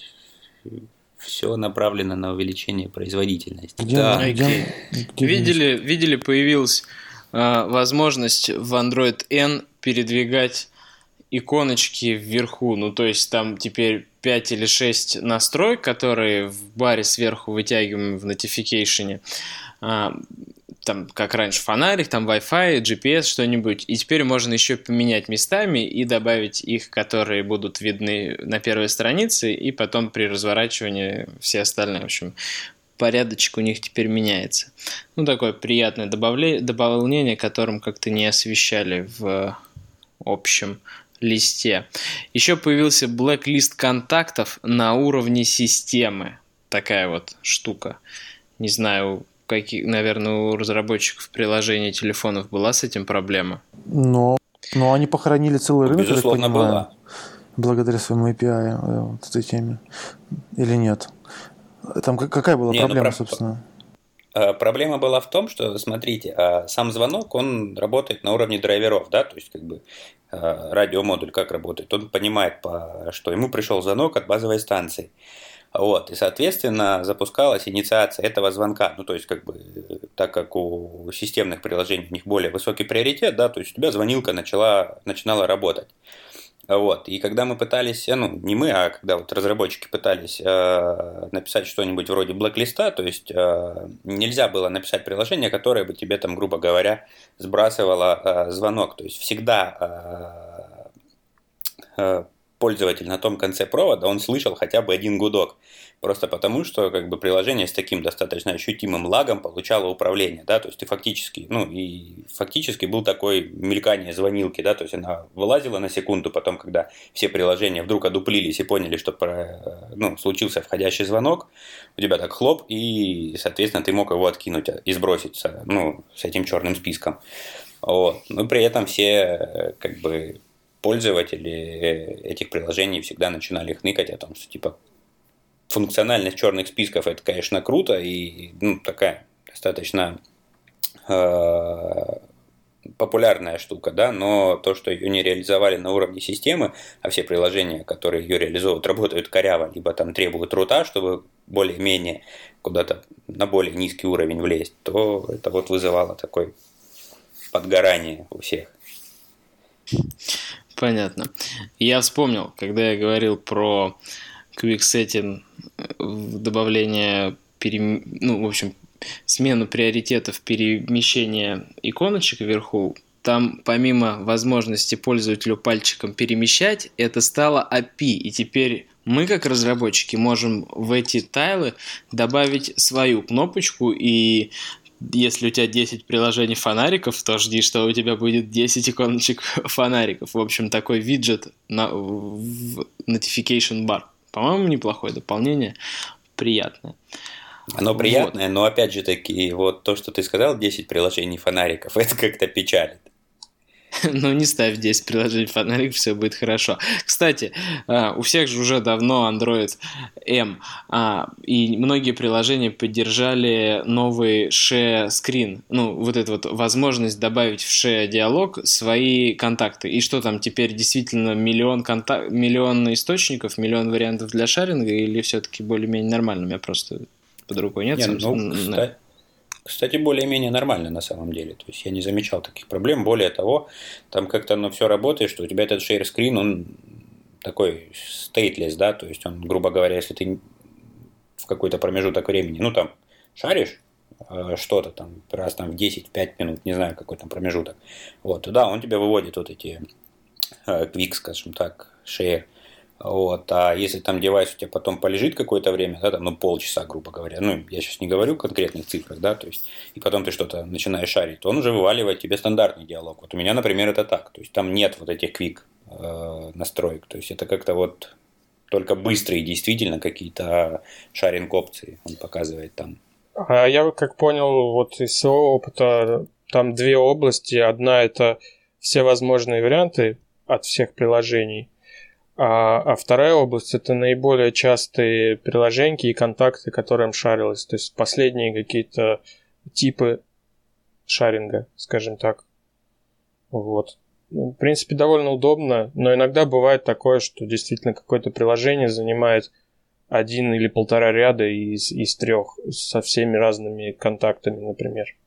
S3: все направлено на увеличение производительности.
S2: Где,
S3: да.
S2: где, где
S1: видели, видели, появилась э, возможность в Android N передвигать иконочки вверху. Ну, то есть там теперь пять или шесть настроек, которые в баре сверху вытягиваем в notification. Э, там, как раньше, фонарик, там Wi-Fi, джи пи эс, что-нибудь. И теперь можно еще поменять местами и добавить их, которые будут видны на первой странице, и потом при разворачивании все остальные. В общем, порядочек у них теперь меняется. Ну, такое приятное добавле... дополнение, которым как-то не освещали в общем листе. Еще появился блэк-лист контактов на уровне системы. Такая вот штука. Не знаю... Какие, наверное, у разработчиков приложений телефонов была с этим проблема?
S2: Но, но они похоронили целый рынок,
S3: безусловно,
S2: я так понимаю,
S3: была.
S2: Благодаря своему эй пи ай вот этой теме. Или нет? Там какая была Не, проблема, ну, собственно?
S3: Проблема была в том, что, смотрите, сам звонок, он работает на уровне драйверов, да, то есть как бы радиомодуль как работает. Он понимает, что ему пришел звонок от базовой станции. Вот, и, соответственно, запускалась инициация этого звонка. Ну, то есть, как бы, так как у системных приложений у них более высокий приоритет, да, то есть у тебя звонилка начала, начинала работать. Вот, и когда мы пытались, ну, не мы, а когда вот разработчики пытались э, написать что-нибудь вроде блэк-листа, то есть э, нельзя было написать приложение, которое бы тебе, там, грубо говоря, сбрасывало э, звонок. То есть всегда э, э, пользователь на том конце провода, он слышал хотя бы один гудок. Просто потому, что как бы приложение с таким достаточно ощутимым лагом получало управление, да, то есть ты фактически, ну и фактически был такой мелькание звонилки, да, то есть она вылазила на секунду, потом, когда все приложения вдруг одуплились и поняли, что, ну, случился входящий звонок, у тебя так хлоп, и, соответственно, ты мог его откинуть и сбросить, ну, с этим черным списком. Вот. Но при этом все, как бы, пользователи этих приложений всегда начинали хныкать о том, что, типа, функциональность черных списков — это, конечно, круто и, ну, такая достаточно э, популярная штука, да, но то, что ее не реализовали на уровне системы, а все приложения, которые ее реализуют, работают коряво, либо там требуют рута, чтобы более-менее куда-то на более низкий уровень влезть, то это вот вызывало такое подгорание у всех.
S1: Понятно. Я вспомнил, когда я говорил про квиксеттинг, добавление, перем... ну, в общем, смену приоритетов перемещения иконочек вверху, там помимо возможности пользователю пальчиком перемещать, это стало эй пи ай, и теперь мы, как разработчики, можем в эти тайлы добавить свою кнопочку, и если у тебя десять приложений фонариков, то жди, что у тебя будет десять иконочек фонариков. В общем, такой виджет на, в notification bar. По-моему, неплохое дополнение, приятное.
S3: Оно приятное, вот. Но опять же таки, вот то, что ты сказал, десять приложений фонариков, это как-то печалит.
S1: но не ставь десять приложений фонарик, все будет хорошо. Кстати, у всех же уже давно Android M, и многие приложения поддержали новый share screen, ну, вот эту вот возможность добавить в share диалог свои контакты. И что там теперь действительно миллион, контак... миллион источников, миллион вариантов для шаринга, или все-таки более-менее нормально? У меня просто под рукой нет.
S3: Не, ну, кстати, кстати, более-менее нормально на самом деле. То есть я не замечал таких проблем. Более того, там как-то оно все работает, что у тебя этот share screen, он такой stateless, да, то есть он, грубо говоря, если ты в какой-то промежуток времени, ну там, шаришь э, что-то там, раз там в десять-пять минут, не знаю, какой там промежуток, вот, да, он тебе выводит вот эти э, quick, скажем так, share. Вот, а если там девайс у тебя потом полежит какое-то время, да, там, ну, полчаса, грубо говоря, ну, я сейчас не говорю в конкретных цифрах, да, то есть, и потом ты что-то начинаешь шарить, то он уже вываливает тебе стандартный диалог. Вот у меня, например, это так, то есть, там нет вот этих quick э, настроек, то есть, это как-то вот только быстрые действительно какие-то шаринг опции он показывает там.
S4: А я, как понял, вот из своего опыта, там две области, одна это все возможные варианты от всех приложений, А, а вторая область — это наиболее частые приложения и контакты, которым шарилось. То есть последние какие-то типы шаринга, скажем так. Вот. В принципе, довольно удобно, но иногда бывает такое, что действительно какое-то приложение занимает один или полтора ряда из, из трех со всеми разными контактами, например.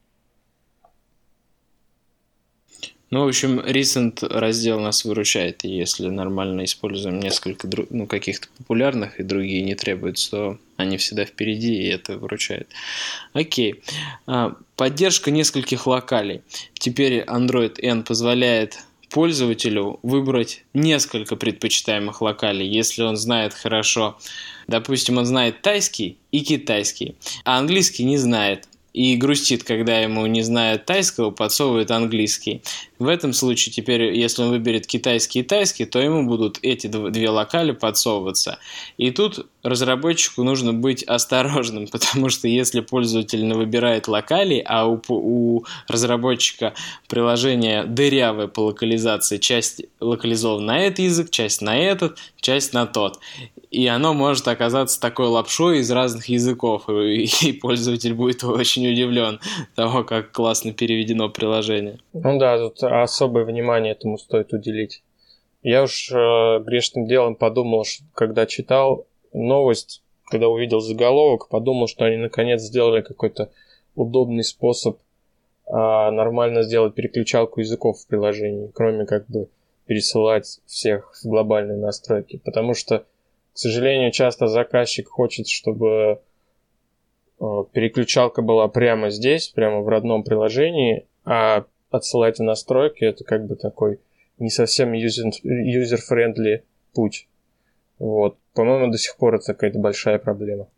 S1: Ну, в общем, Recent раздел нас выручает, и если нормально используем несколько дру... ну, каких-то популярных, и другие не требуются, то они всегда впереди, и это выручает. Окей. Поддержка нескольких локалей. Теперь Android N позволяет пользователю выбрать несколько предпочитаемых локалей, если он знает хорошо. Допустим, он знает тайский и китайский, а английский не знает. И грустит, когда ему не знает тайского, подсовывает английский. В этом случае теперь, если он выберет китайский и тайский, то ему будут эти две локали подсовываться. И тут разработчику нужно быть осторожным, потому что если пользователь выбирает локали, а у, у разработчика приложение дырявое по локализации, часть локализована на этот язык, часть на этот, часть на тот. И оно может оказаться такой лапшой из разных языков, и, и пользователь будет очень удивлен того, как классно переведено приложение.
S4: Ну да, тут особое внимание этому стоит уделить. Я уж э, грешным делом подумал, что, когда читал новость, когда увидел заголовок, подумал, что они наконец сделали какой-то удобный способ э, нормально сделать переключалку языков в приложении, кроме как бы пересылать всех в глобальные настройки. Потому что, к сожалению, часто заказчик хочет, чтобы э, переключалка была прямо здесь, прямо в родном приложении, а отсылать в настройки — это как бы такой не совсем юзер-френдли путь. Вот. По-моему, до сих пор это какая-то большая проблема.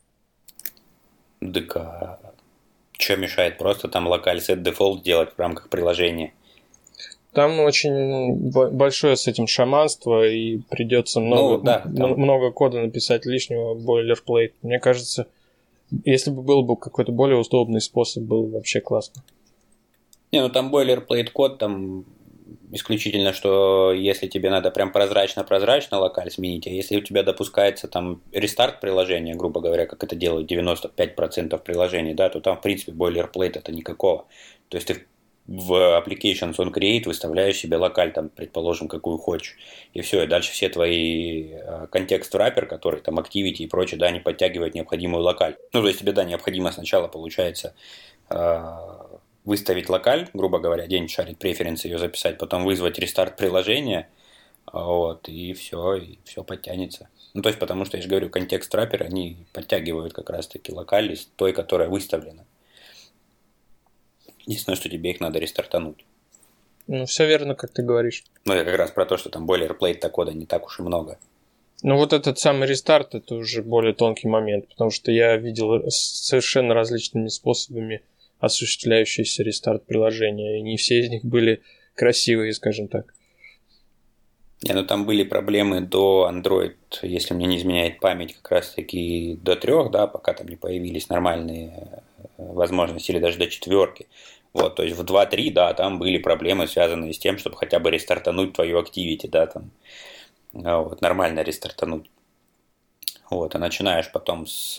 S3: Так, а что мешает просто там локаль set default делать в рамках приложения?
S4: Там очень большое с этим шаманство, и придется много, ну, да, там... много кода написать лишнего, бойлерплейт. Мне кажется, если бы был бы какой-то более удобный способ, было бы вообще классно.
S3: Не, ну там бойлерплейт код, там исключительно, что если тебе надо прям прозрачно-прозрачно локаль сменить, а если у тебя допускается там рестарт приложения, грубо говоря, как это делают девяносто пять процентов приложений, да, то там в принципе бойлерплейт это никакого. То есть ты в applications on create выставляешь себе локаль, там, предположим, какую хочешь, и все, и дальше все твои контекст-враппер, который там activity и прочее, да, они подтягивают необходимую локаль. Ну, то есть тебе, да, необходимо сначала, получается, выставить локаль, грубо говоря, где-нибудь шарить преференсы, ее записать, потом вызвать рестарт приложения, вот, и все, и все подтянется. Ну, то есть, потому что, я же говорю, контекст-врапперы, они подтягивают как раз-таки локаль из той, которая выставлена. Единственное, что тебе их надо рестартануть.
S4: Ну, все верно, как ты говоришь.
S3: Ну, это как раз про то, что там бойлерплейт-то кода не так уж и много.
S4: Ну, вот этот самый рестарт, это уже более тонкий момент, потому что я видел совершенно различными способами осуществляющийся рестарт приложения, и не все из них были красивые, скажем так.
S3: Не, ну там были проблемы до Android, если мне не изменяет память, как раз-таки до трех, да, пока там не появились нормальные возможности, или даже до четверки. Вот, то есть в два точка три, да, там были проблемы, связанные с тем, чтобы хотя бы рестартануть твою Activity, да, там, вот, нормально рестартануть. Вот, а начинаешь потом с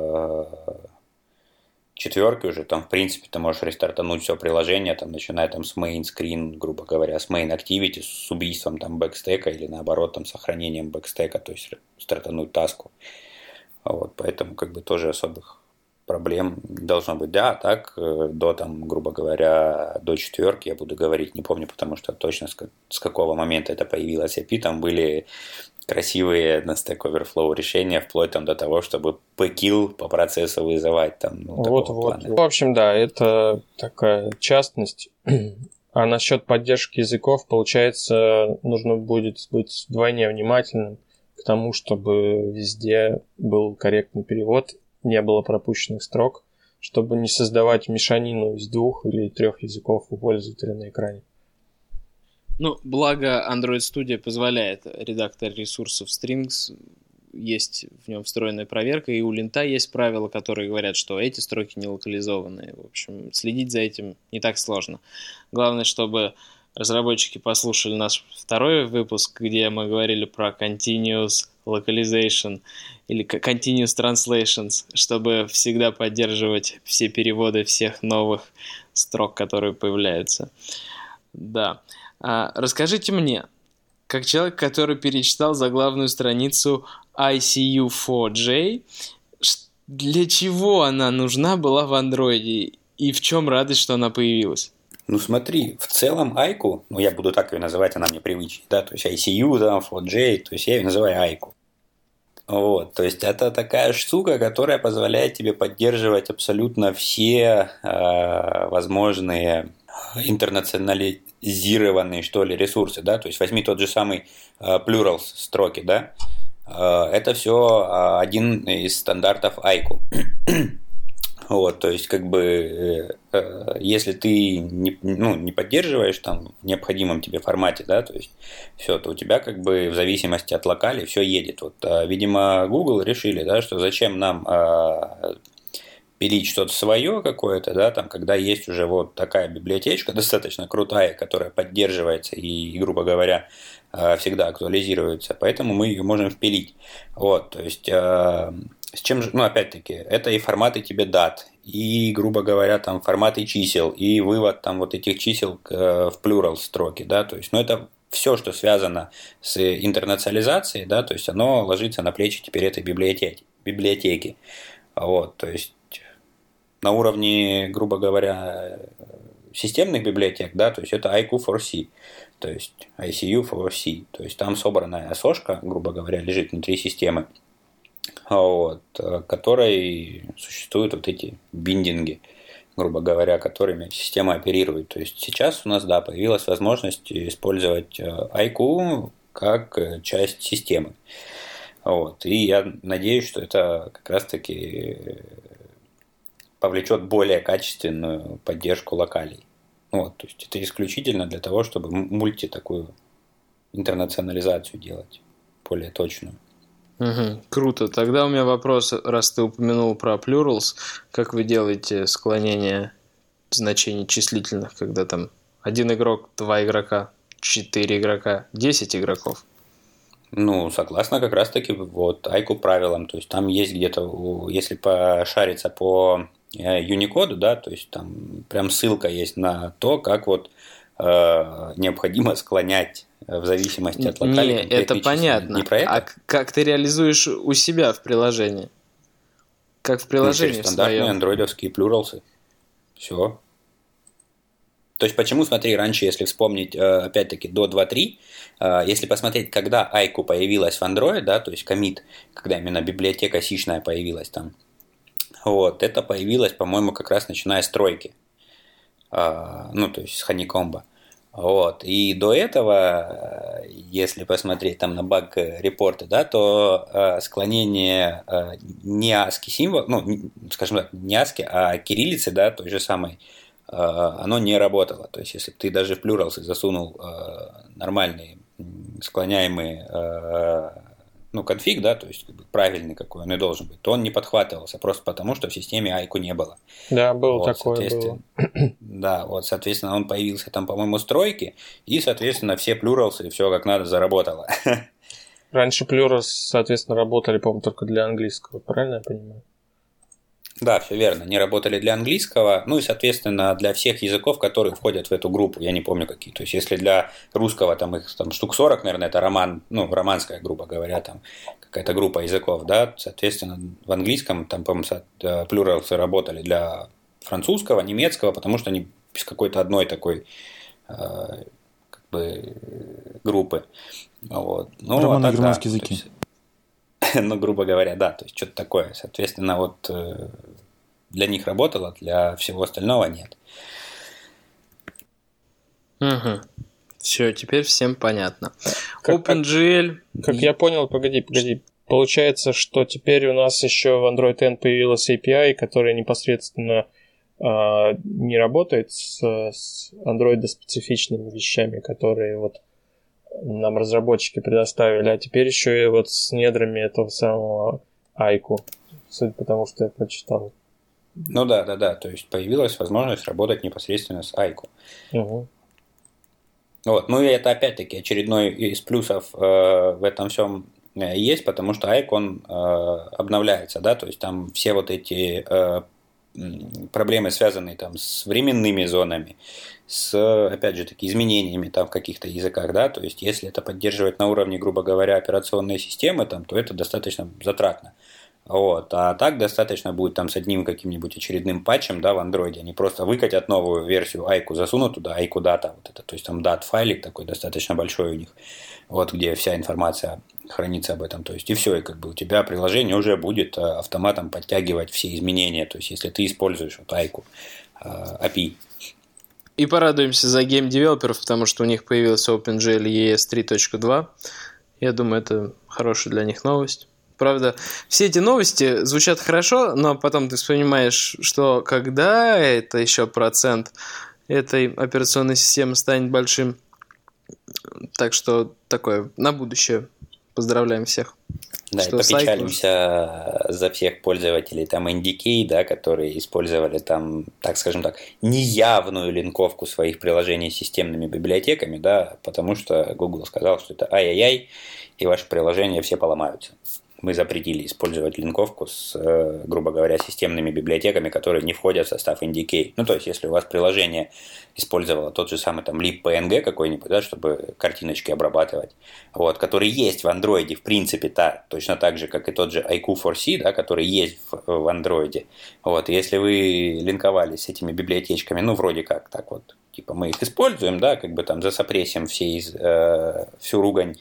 S3: четверки уже, там, в принципе, ты можешь рестартануть все приложение, там, начиная там с main screen, грубо говоря, с main activity, с убийством там бэкстека или наоборот там сохранением бэкстека, то есть стартануть таску. Вот, поэтому как бы тоже особых проблем не должно быть. Да, так до там, грубо говоря, до четверки я буду говорить, не помню, потому что точно с, с какого момента это появилось эй пи, там были красивые на Stack Overflow решения, вплоть там до того, чтобы пэ-килл по процессу вызывать. Там, ну,
S4: вот, вот. В общем, да, это такая частность. А насчет поддержки языков, получается, нужно будет быть вдвойне внимательным к тому, чтобы везде был корректный перевод, не было пропущенных строк, чтобы не создавать мешанину из двух или трех языков у пользователя на экране.
S1: Ну, благо Android Studio позволяет редактор ресурсов strings, есть в нем встроенная проверка, и у линта есть правила, которые говорят, что эти строки не локализованные. В общем, следить за этим не так сложно. Главное, чтобы разработчики послушали наш второй выпуск, где мы говорили про continuous localization или continuous translations, чтобы всегда поддерживать все переводы всех новых строк, которые появляются. Да. А, расскажите мне, как человек, который перечитал заглавную страницу ай си ю фор джей, для чего она нужна была в Android и в чем радость, что она появилась?
S3: Ну смотри, в целом Айку, ну я буду так ее называть, она мне привычнее, да, то есть ай си ю, да, фор джей, то есть я ее называю Айку. Вот, то есть это такая штука, которая позволяет тебе поддерживать абсолютно все э, возможные интернационализированные, что ли, ресурсы, да, то есть возьми тот же самый э, plurals строки, да, э, это все э, один из стандартов Айку. Вот, то есть, как бы, э, если ты не, ну, не поддерживаешь там в необходимом тебе формате, да, то есть, все, то у тебя, как бы, в зависимости от локали все едет. Вот, э, видимо, Google решили, да, что зачем нам э, пилить что-то свое какое-то, да, там, когда есть уже вот такая библиотечка достаточно крутая, которая поддерживается и, грубо говоря, э, всегда актуализируется, поэтому мы ее можем впилить. Вот, то есть... Э, С чем же, ну, опять-таки, это и форматы тебе дат, и, грубо говоря, там форматы чисел, и вывод там вот этих чисел в plural строки, да, то есть, ну, это все, что связано с интернационализацией, да, то есть, оно ложится на плечи теперь этой библиотеки, библиотеки, вот, то есть, на уровне, грубо говоря, системных библиотек, да, то есть, это ай кью фор си, то есть, ай си ю фор си, то есть, там собранная сошка, грубо говоря, лежит внутри системы, вот, которой существуют вот эти биндинги, грубо говоря, которыми система оперирует. То есть сейчас у нас, да, появилась возможность использовать Айку как часть системы. Вот, и я надеюсь, что это как раз-таки повлечет более качественную поддержку локалей. Вот, то есть это исключительно для того, чтобы мульти такую интернационализацию делать, более точную.
S1: Угу, круто. Тогда у меня вопрос, раз ты упомянул про plurals, как вы делаете склонение значений числительных, когда там один игрок, два игрока, четыре игрока, десять игроков?
S3: Ну, согласно как раз-таки вот Айку правилам, то есть там есть где-то, если пошариться по Unicode, да, то есть там прям ссылка есть на то, как вот э, необходимо склонять в зависимости от локали.
S1: Не, это понятно. Не про это? А как ты реализуешь у себя в приложении? Как в приложении
S3: ну, стандартные андроидовские плюралсы. Все. То есть, почему, смотри, раньше, если вспомнить, опять-таки, до два точка три, если посмотреть, когда Айку появилась в Android, да, то есть, коммит, когда именно библиотека сишная появилась там, вот, это появилось, по-моему, как раз начиная с тройки. Ну, то есть, с Honeycomb. Вот. И до этого, если посмотреть там на баг-репорты, да, то э, склонение э, не аски символ, ну, скажем так, не аски, а кириллицы, да, той же самой, э, оно не работало. То есть, если бы ты даже в плюралсы засунул э, нормальные склоняемый э, ну, конфиг, да, то есть как бы, правильный какой он и должен быть, то он не подхватывался, просто потому, что в системе айку не было.
S4: Да, было вот, такое. Было.
S3: Да, вот, соответственно, он появился там, по-моему, с тройки, и, соответственно, все плюралсы, и все как надо заработало.
S4: Раньше плюралс, соответственно, работали, по-моему, только для английского, правильно я понимаю?
S3: Да, все верно. Они работали для английского, ну и, соответственно, для всех языков, которые входят в эту группу. Я не помню какие. То есть, если для русского там их там, штук сорок, наверное, это роман, ну, романская, грубо говоря, там какая-то группа языков, да, соответственно, в английском там, по-моему, плюралсы работали для французского, немецкого, потому что они без какой-то одной такой э, как бы группы. Вот. Ну,
S2: романы
S3: а так,
S2: германские
S3: да,
S2: языки.
S3: Есть, ну, грубо говоря, да, то есть что-то такое. Соответственно, вот э, для них работало, для всего остального нет.
S1: Угу. Все, теперь всем понятно. Как, OpenGL...
S4: Как, как я понял, погоди, погоди. Получается, что теперь у нас еще в Android N появилась эй пи ай, которая непосредственно э, не работает с, с Android-специфичными вещами, которые вот нам разработчики предоставили, а теперь еще и вот с недрами этого самого айку, судя по тому, что я прочитал.
S3: Ну да, да, да, то есть появилась возможность работать непосредственно с айку.
S4: Угу.
S3: Вот. Ну и это опять-таки очередной из плюсов э, в этом всем есть, потому что айк, он э, обновляется, да, то есть там все вот эти э, проблемы, связанные там с временными зонами, с, опять же, таки, изменениями там в каких-то языках, да, то есть если это поддерживать на уровне, грубо говоря, операционной системы, там, то это достаточно затратно. Вот. А так достаточно будет там с одним каким-нибудь очередным патчем, да, в андроиде, они просто выкатят новую версию айку, засунут туда айку дата, вот это, то есть там дат файлик такой достаточно большой у них, вот где вся информация хранится об этом, то есть и все, и как бы у тебя приложение уже будет автоматом подтягивать все изменения, то есть если ты используешь вот айку эй пи ай.
S1: И порадуемся за гейм-девелоперов, потому что у них появился OpenGL и эс три точка два. Я думаю, это хорошая для них новость. Правда, все эти новости звучат хорошо, но потом ты понимаешь, что когда это еще процент этой операционной системы станет большим. Так что такое на будущее. Поздравляем всех.
S3: Да,
S1: что
S3: и попечалимся за всех пользователей там эн ди кей, да, которые использовали там, так скажем так, неявную линковку своих приложений с системными библиотеками, да, потому что Google сказал, что это ай-яй-яй, и ваши приложения все поломаются. Мы запретили использовать линковку с, грубо говоря, системными библиотеками, которые не входят в состав эн ди кей. Ну, то есть, если у вас приложение использовало тот же самый там lib.png какой-нибудь, да, чтобы картиночки обрабатывать, вот, который есть в Android, в принципе, та, точно так же, как и тот же ай кью фор си, да, который есть в, в Android. Вот, если вы линковались с этими библиотечками, ну, вроде как, так вот, типа, мы их используем, да, как бы там засопрессим все из, э, всю ругань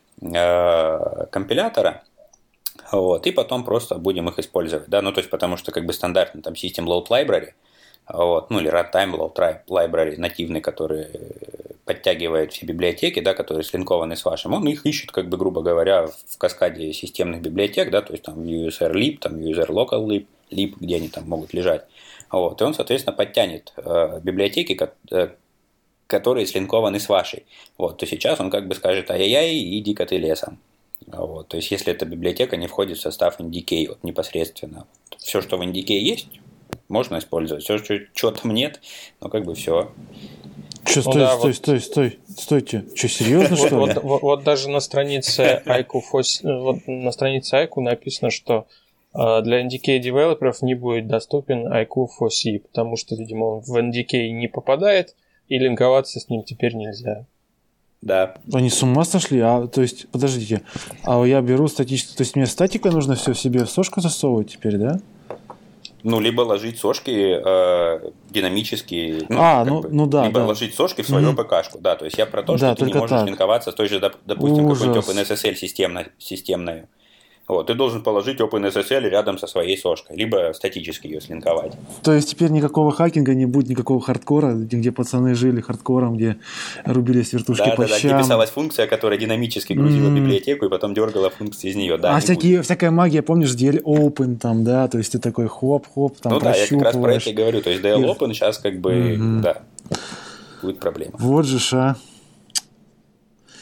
S3: э, компилятора, вот, и потом просто будем их использовать, да, ну, то есть, потому что, как бы, стандартный там System Load Library, вот, ну, или Runtime Load Library нативный, который подтягивает все библиотеки, да, которые слинкованы с вашим, он их ищет, как бы, грубо говоря, в каскаде системных библиотек, да, то есть, там, ю эс ар lib, там, ю эс ар local lib, lib, где они там могут лежать, вот, и он, соответственно, подтянет э, библиотеки, как, э, которые слинкованы с вашей, вот, то сейчас он, как бы, скажет, ай-яй-яй, иди-ка ты лесом. Вот, то есть, если эта библиотека не входит в состав эн ди кей вот, непосредственно. Все, что в эн ди кей есть, можно использовать. Все, что, что там нет, ну, как бы все.
S2: Что, стой, ну, да, стой, вот... стой, стой, стойте. Что, серьезно, что ли?
S4: Вот даже на странице айку на странице айку написано, что для эн ди кей девелоперов не будет доступен айку фор си, потому что, видимо, он в эн ди кей не попадает, и линковаться с ним теперь нельзя.
S3: Да.
S2: Они с ума сошли? А, то есть, подождите, а я беру статически, то есть мне статикой нужно все себе в сошку засовывать теперь, да?
S3: Ну, либо ложить сошки э, динамически, ну,
S2: а, ну,
S3: бы,
S2: ну да,
S3: либо
S2: да.
S3: ложить сошки в свою mm-hmm. ПК-шку, да, то есть я про то, что
S2: да,
S3: ты не можешь
S2: так.
S3: линковаться с той же, допустим,
S2: Ужас.
S3: какой-нибудь OpenSSL системной, системной. Вот, ты должен положить OpenSSL рядом со своей сошкой, либо статически ее слинковать.
S2: То есть теперь никакого хакинга не будет, никакого хардкора, где пацаны жили хардкором, где рубились вертушки
S3: да,
S2: по
S3: да,
S2: щам.
S3: Да, где писалась функция, которая динамически грузила mm. библиотеку и потом дергала функции из нее. Да,
S2: а всякие, всякая магия, помнишь, ди эл Open там, да, то есть ты такой хоп-хоп, там
S3: ну
S2: прощупываешь.
S3: Ну да, я как раз про это и говорю, то есть ди эл Open сейчас как бы, mm-hmm. да, будет проблема.
S2: Вот же ша.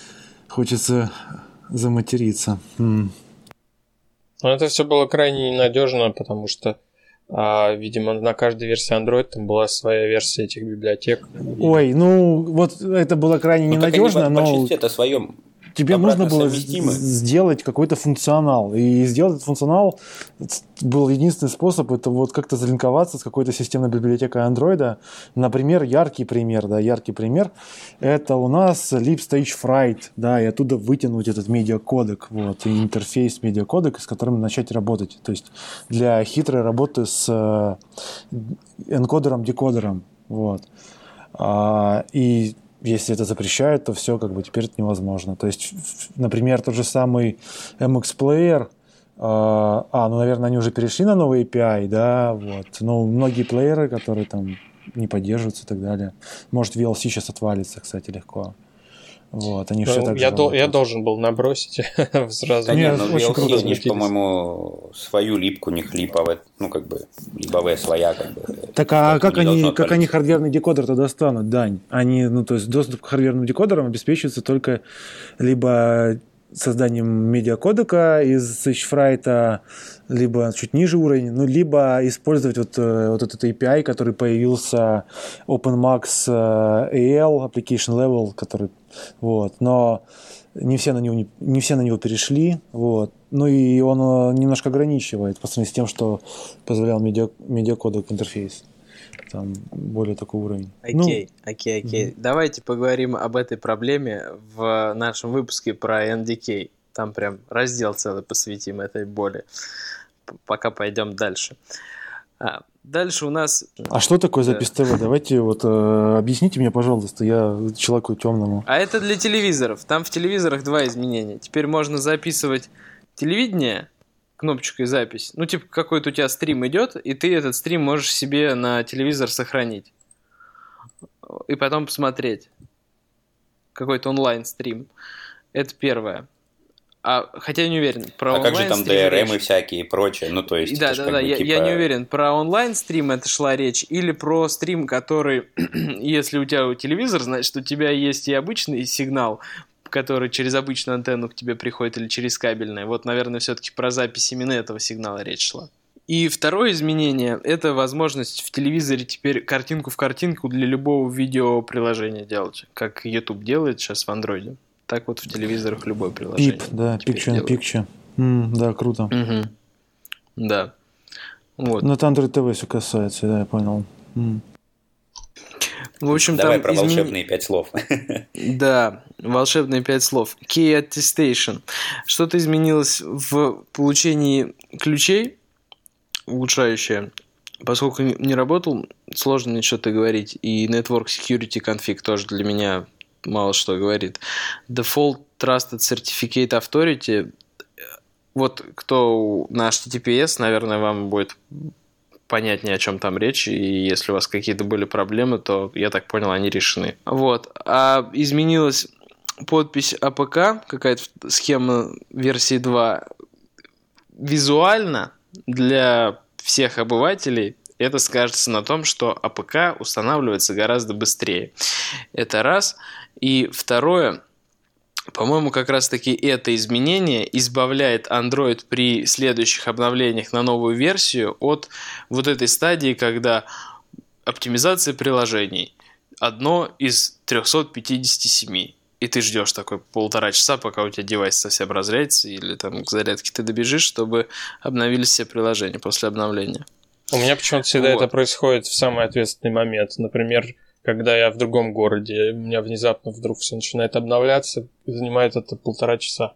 S2: хочется заматериться. М.
S4: Но это все было крайне ненадежно, потому что, а, видимо, на каждой версии Android там была своя версия этих библиотек.
S2: Ой, ну вот это было крайне ну, ненадежно, но...
S3: В большинстве-то своем
S2: тебе нужно было сделать какой-то функционал. И сделать этот функционал был единственный способ, это вот как-то залинковаться с какой-то системной библиотекой Android. Например, яркий пример, да, яркий пример, это у нас libstagefright, да, и оттуда вытянуть этот медиакодек, вот, и интерфейс медиакодек, с которым начать работать. То есть для хитрой работы с энкодером-декодером, вот. А, и если это запрещают, то все, как бы теперь это невозможно. То есть, например, тот же самый эм икс Player, э, а, ну, наверное, они уже перешли на новый эй пи ай, да, вот. Но многие плееры, которые там не поддерживаются и так далее. Может, ви эл си сейчас отвалится, кстати, легко. Вот, они ну, все так
S4: я, дол- я должен был набросить сразу.
S3: Да нет, ну ви эл си, они же, по-моему, свою липку, у них липовая, ну, как бы, липовая своя, как бы.
S2: Так, а как они, как они хардверный декодер-то достанут, Дань? Они, ну, то есть доступ к хардверным декодерам обеспечивается только либо созданием медиакодека из Sagefright, либо чуть ниже уровень, ну, либо использовать вот, вот этот эй пи ай, который появился OpenMax эй эл, Application Level, который, вот, но не все на него, не, не все на него перешли, вот, ну, и он немножко ограничивает по сравнению с тем, что позволял медиа, медиакодек интерфейс. Там более такой уровень.
S1: Окей, ну, окей, окей. Mm-hmm. Давайте поговорим об этой проблеме в нашем выпуске про эн ди кей. Там прям раздел целый посвятим этой боли. Пока пойдем дальше. А, дальше у нас...
S2: А что такое запись ТВ? Давайте вот э, объясните мне, пожалуйста, я человеку темному.
S1: А это для телевизоров. Там в телевизорах два изменения. Теперь можно записывать телевидение кнопочкой запись. Ну, типа, какой-то у тебя стрим идет, и ты этот стрим можешь себе на телевизор сохранить. И потом посмотреть. Какой-то онлайн-стрим. Это первое. А, хотя я не уверен. Про
S3: а как же там ди ар эм и всякие и прочее? Ну, то есть...
S1: Да, да, да. Я, типа... я не уверен, про онлайн-стрим это шла речь, или про стрим, который, если у тебя телевизор, значит, у тебя есть и обычный сигнал, который через обычную антенну к тебе приходит, или через кабельное. Вот, наверное, все-таки про запись именно этого сигнала речь шла. И второе изменение – это возможность в телевизоре теперь картинку в картинку для любого видеоприложения делать, как YouTube делает сейчас в Android. Так вот в телевизорах любое приложение.
S2: Пип, да, Picture in Picture. Mm, да, круто.
S1: Угу. Да. Вот.
S2: Ну, это Android ти ви все касается, да, я понял. Mm.
S1: В общем,
S3: давай
S1: там
S3: про
S1: измен...
S3: волшебные пять слов.
S1: Да, волшебные пять слов. Key Attestation. Что-то изменилось в получении ключей, улучшающее. Поскольку не работал, сложно мне что-то говорить. И Network Security Config тоже для меня мало что говорит. Default Trusted Certificate Authority. Вот кто на эйч ти ти пи эс, наверное, вам будет понятнее, о чем там речь, и если у вас какие-то были проблемы, то, я так понял, они решены. Вот. А изменилась подпись эй пи кей, какая-то схема версии два. Визуально для всех обывателей это скажется на том, что эй пи кей устанавливается гораздо быстрее. Это раз. И второе, по-моему, как раз-таки это изменение избавляет Android при следующих обновлениях на новую версию от вот этой стадии, когда оптимизация приложений одно из триста пятьдесят семь. И ты ждешь такой полтора часа, пока у тебя девайс совсем разрядится, или там к зарядке ты добежишь, чтобы обновились все приложения после обновления.
S4: У меня почему-то всегда вот. Это происходит в самый ответственный момент. Например, когда я в другом городе, у меня внезапно вдруг все начинает обновляться, и занимает это полтора часа.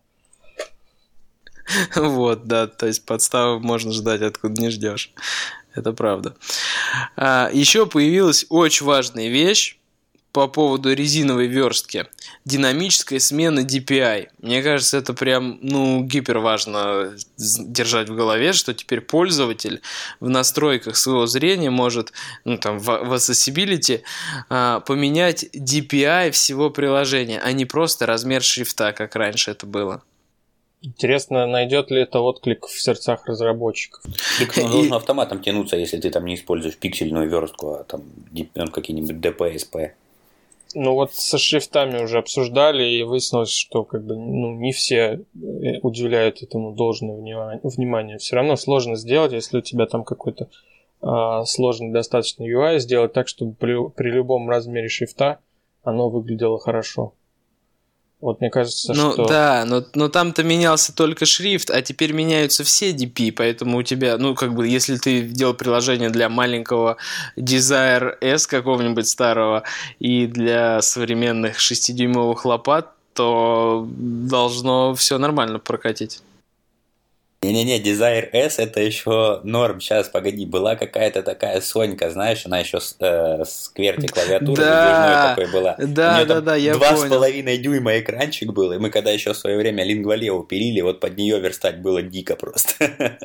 S1: Вот, да, то есть подставы можно ждать, откуда не ждешь. Это правда. А, еще появилась очень важная вещь по поводу резиновой верстки. Динамическая смена ди пи ай. Мне кажется, это прям, ну, гипер важно держать в голове, что теперь пользователь в настройках своего зрения может, ну, там, в, в accessibility а, поменять ди пи ай всего приложения, а не просто размер шрифта, как раньше это было.
S4: Интересно, найдет ли это отклик в сердцах разработчиков?
S3: Клик ну, должен автоматом тянуться, если ты там не используешь пиксельную верстку, а там какие-нибудь ди пи эс пи.
S4: Ну вот со шрифтами уже обсуждали, и выяснилось, что как бы ну, не все уделяют этому должное внимание. Все равно сложно сделать, если у тебя там какой-то а, сложный достаточно ю ай, сделать так, чтобы при, при любом размере шрифта оно выглядело хорошо. Вот мне кажется,
S1: ну,
S4: что...
S1: Да, но, но там-то менялся только шрифт, а теперь меняются все ди пи, поэтому у тебя, ну, как бы, если ты делал приложение для маленького Desire S какого-нибудь старого и для современных шестидюймовых лопат, то должно все нормально прокатить.
S3: Не-не-не, Desire S это еще норм. Сейчас, погоди, была какая-то такая Сонька, знаешь, она еще с, э, с кверти клавиатуры
S1: да,
S3: такой была.
S1: Да, да, да, я
S3: два
S1: понял.
S3: с половиной дюйма экранчик был, и мы когда еще в свое время Лингвалеву пилили, вот под нее верстать было дико просто.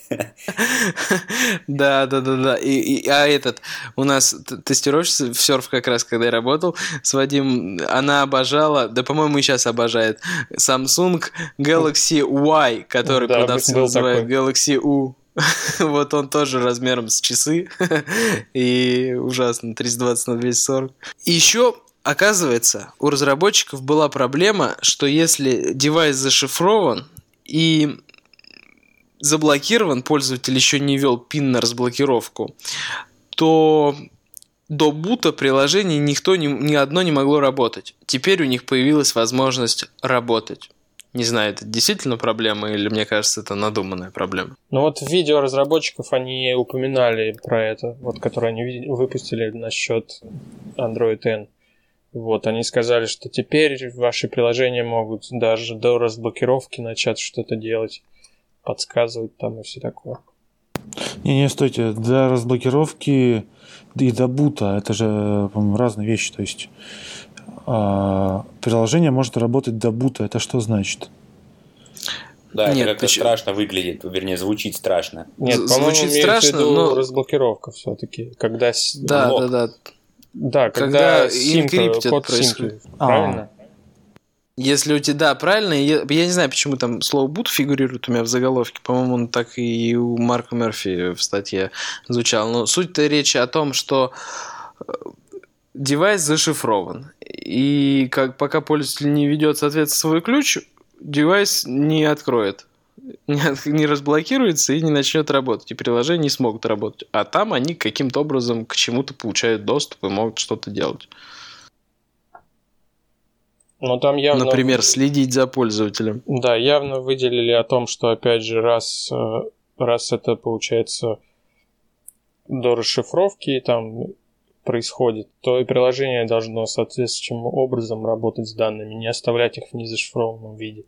S1: Да, да, да, да. И, и, а этот, у нас тестировщица в серф как раз, когда я работал с Вадим, она обожала, да, по-моему, и сейчас обожает, Samsung Galaxy Y, который
S4: да,
S1: продавцы называют такой. Galaxy U. Вот он тоже размером с часы. И ужасно, триста двадцать на двести сорок. И еще, оказывается, у разработчиков была проблема, что если девайс зашифрован и заблокирован, пользователь еще не ввел пин на разблокировку, то до бута приложений никто, ни, ни одно не могло работать. Теперь у них появилась возможность работать. Не знаю, это действительно проблема или, мне кажется, это надуманная проблема?
S4: Ну вот в видео разработчиков они упоминали про это, вот, которое они выпустили насчет Android N. Вот, они сказали, что теперь ваши приложения могут даже до разблокировки начать что-то делать, подсказывать там и все такое.
S2: Не-не, стойте, до разблокировки и до бута, это же, по-моему, разные вещи, то есть... А, приложение может работать до бута. Это что значит?
S3: Да, Нет, это как-то почему? Страшно выглядит, вернее, звучит страшно.
S4: Нет, звучит страшно, но разблокировка все-таки, когда...
S1: Да, лог. да, да.
S4: Да, когда, когда симка, код симки, правильно?
S1: Если у тебя, да, правильно, я, я не знаю, почему там слово boot фигурирует у меня в заголовке, по-моему, он так и у Марка Мерфи в статье звучал, но суть-то речи о том, что девайс зашифрован. И как, пока пользователь не введет, соответственно, свой ключ, девайс не откроет, не, не разблокируется и не начнет работать. И приложения не смогут работать. А там они каким-то образом к чему-то получают доступ и могут что-то делать.
S4: Но там явно...
S1: Например, следить за пользователем.
S4: Да, явно выделили о том, что, опять же, раз, раз это получается до расшифровки, там... происходит, то и приложение должно соответствующим образом работать с данными, не оставлять их в незашифрованном виде.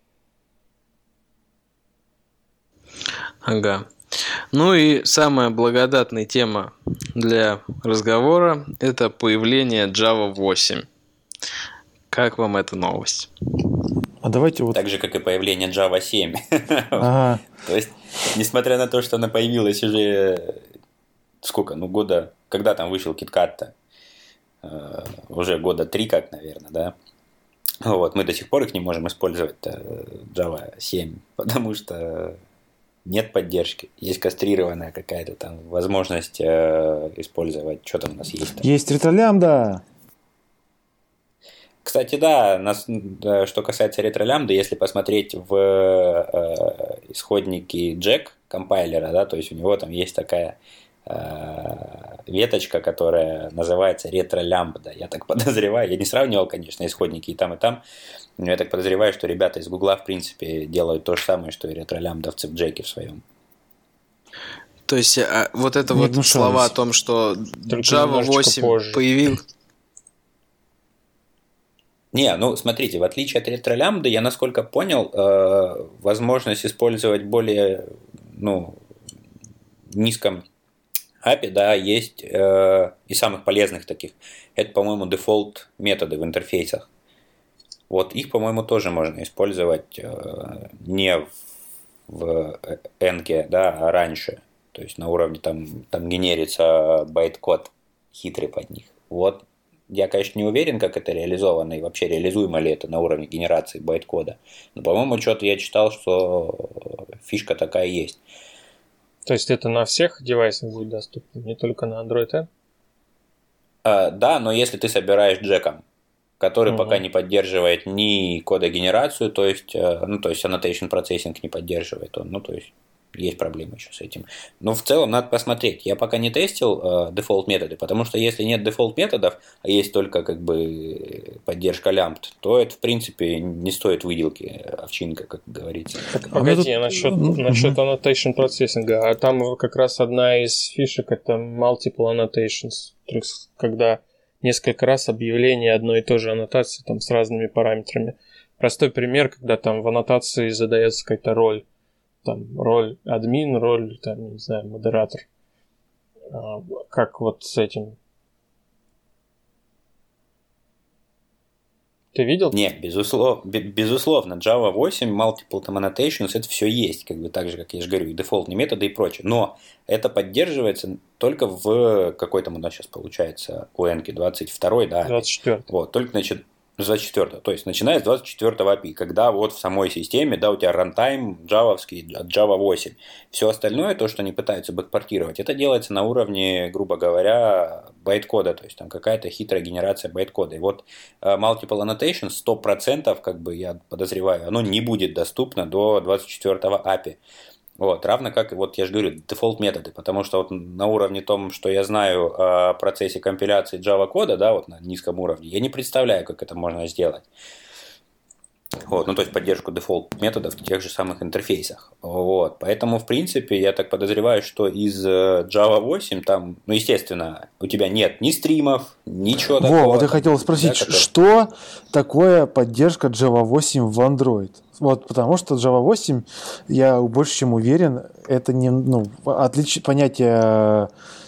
S1: Ага. Ну и самая благодатная тема для разговора – это появление Java восемь. Как вам эта новость?
S2: А давайте вот...
S3: Так же, как и появление Java семь.
S2: Ага.
S3: То есть, несмотря на то, что она появилась уже... Сколько? Ну, года... Когда там вышел KitKat-то? Э, уже года три как, наверное, да? Вот, мы до сих пор их не можем использовать, Java семь, потому что нет поддержки. Есть кастрированная какая-то там возможность э, использовать. Что там у нас есть? -то?
S2: Есть ретролямбда.
S3: Кстати, да, нас, да, что касается ретролямбды, если посмотреть в э, исходники Jack компайлера, да, то есть у него там есть такая веточка, которая называется ретро-лямбда. Я так подозреваю, я не сравнивал, конечно, исходники и там, и там, но я так подозреваю, что ребята из Гугла, в принципе, делают то же самое, что и ретро-лямбдовцы в Джеке в своем.
S1: То есть, а, вот это не вот слова о том, что только Java восемь появил...
S3: Не, ну, смотрите, в отличие от ретро-лямбды, я, насколько понял, э, возможность использовать более, ну, низком эй пи ай, да, есть э, и самых полезных таких. Это, по-моему, дефолт методы в интерфейсах. Вот их, по-моему, тоже можно использовать э, не в, в N-ке, да, а раньше. То есть на уровне там, там генерится байт-код хитрый под них. Вот я, конечно, не уверен, как это реализовано и вообще реализуемо ли это на уровне генерации байт-кода. Но, по-моему, что-то я читал, что фишка такая есть.
S4: То есть это на всех девайсах будет доступно, не только на Android N?
S3: А, да, но если ты собираешь джеком, который mm-hmm. пока не поддерживает ни кодогенерацию, то есть, ну, то есть annotation processing не поддерживает он, ну, то есть есть проблемы еще с этим. Но в целом надо посмотреть. Я пока не тестил э, дефолт методы, потому что если нет дефолт методов, а есть только как бы поддержка лямбд, то это в принципе не стоит выделки овчинка, как говорится.
S4: Так, погоди, а насчет, mm-hmm. насчет annotation processing, а там как раз одна из фишек это multiple annotations, то есть когда несколько раз объявление одной и той же аннотации там с разными параметрами. Простой пример, когда там в аннотации задается какая-то роль, там роль админ, роль, там, не знаю, модератор. А, как вот с этим? Ты видел?
S3: Нет, безусловно, безусловно, Java восемь, multiple там annotations, это все есть, как бы так же, как я же говорю, и дефолтные методы и прочее. Но это поддерживается только в какой там у нас сейчас получается у Энки двадцать второй, да?
S4: двадцать четвёртый.
S3: Вот, только значит. двадцать четвёртого, то есть начиная с двадцать четвёртого эй пи ай, когда вот в самой системе, да, у тебя рантайм джавовский от Java восемь. Все остальное, то, что они пытаются бэкпортировать, это делается на уровне, грубо говоря, байткода, то есть там какая-то хитрая генерация байткода. И вот uh, multiple annotation сто процентов, как бы я подозреваю, оно не будет доступно до двадцать четвёртого эй пи ай. Вот, равно как, вот я же говорю, дефолт методы, потому что вот на уровне том, что я знаю о процессе компиляции Java кода, да, вот на низком уровне, я не представляю, как это можно сделать. Вот, ну, то есть поддержку дефолт методов в тех же самых интерфейсах. Вот, поэтому, в принципе, я так подозреваю, что из Java восемь там, ну, естественно, у тебя нет ни стримов, ничего такого.
S2: Во, вот я хотел спросить, да, который... что такое поддержка Java восемь в Android? Вот, потому что Java восемь, я больше чем уверен, это не, ну, отлич... понятие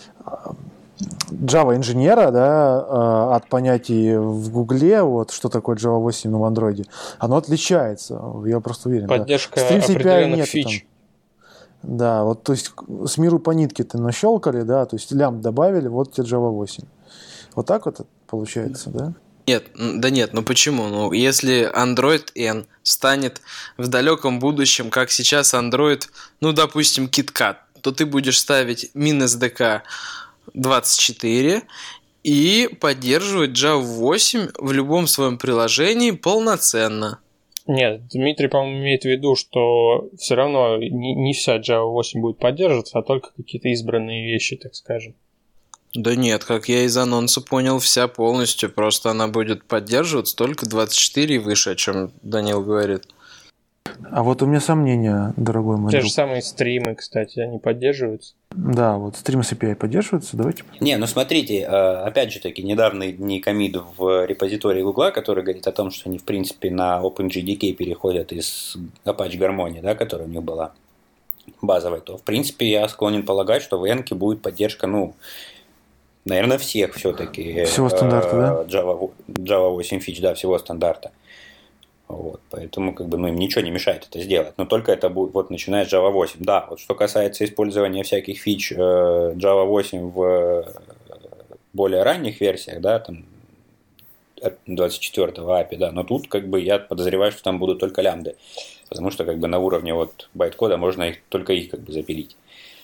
S2: Java инженера, да, от понятий в Гугле, вот, что такое Java восемь в Android, оно отличается, я просто уверен.
S4: Поддержка да. определенных фич.
S2: Там. Да, вот, то есть с миру по нитке-то нащелкали, да, то есть лямбд добавили, вот тебе Java восемь. Вот так вот получается, да?
S1: Нет, да нет, ну почему? Ну, если Android N станет в далеком будущем, как сейчас Android, ну, допустим, KitKat, то ты будешь ставить min.sdk двадцать четыре и поддерживать Java восемь в любом своем приложении полноценно.
S4: Нет, Дмитрий, по-моему, имеет в виду, что все равно не, не вся Java восемь будет поддерживаться, а только какие-то избранные вещи, так скажем.
S1: Да нет, как я из анонса понял, вся полностью, просто она будет поддерживаться только двадцать четыре и выше, о чем Данил говорит.
S2: А вот у меня сомнения, дорогой мой
S4: Те
S2: друг.
S4: же самые стримы, кстати, они поддерживаются?
S2: Да, вот стрим с эй пи ай поддерживаются, давайте.
S3: Не, ну смотрите, опять же таки, недавний дни коммит в репозитории Гугла, который говорит о том, что они, в принципе, на OpenJDK переходят из Apache Harmony, да, которая у них была базовой, то, в принципе, я склонен полагать, что в Энке будет поддержка, ну, наверное, всех все-таки.
S2: Всего стандарта, да?
S3: Java, Java восемь фич, да, всего стандарта. Вот, поэтому как бы, ну, им ничего не мешает это сделать. Но только это будет, вот, начиная с Java восемь. Да, вот что касается использования всяких фич э, Java восемь в более ранних версиях, да, там, от двадцать четвёртого эй пи ай, да, но тут, как бы, я подозреваю, что там будут только лямбды. Потому что, как бы, на уровне вот байткода можно их, только их, как бы, запилить.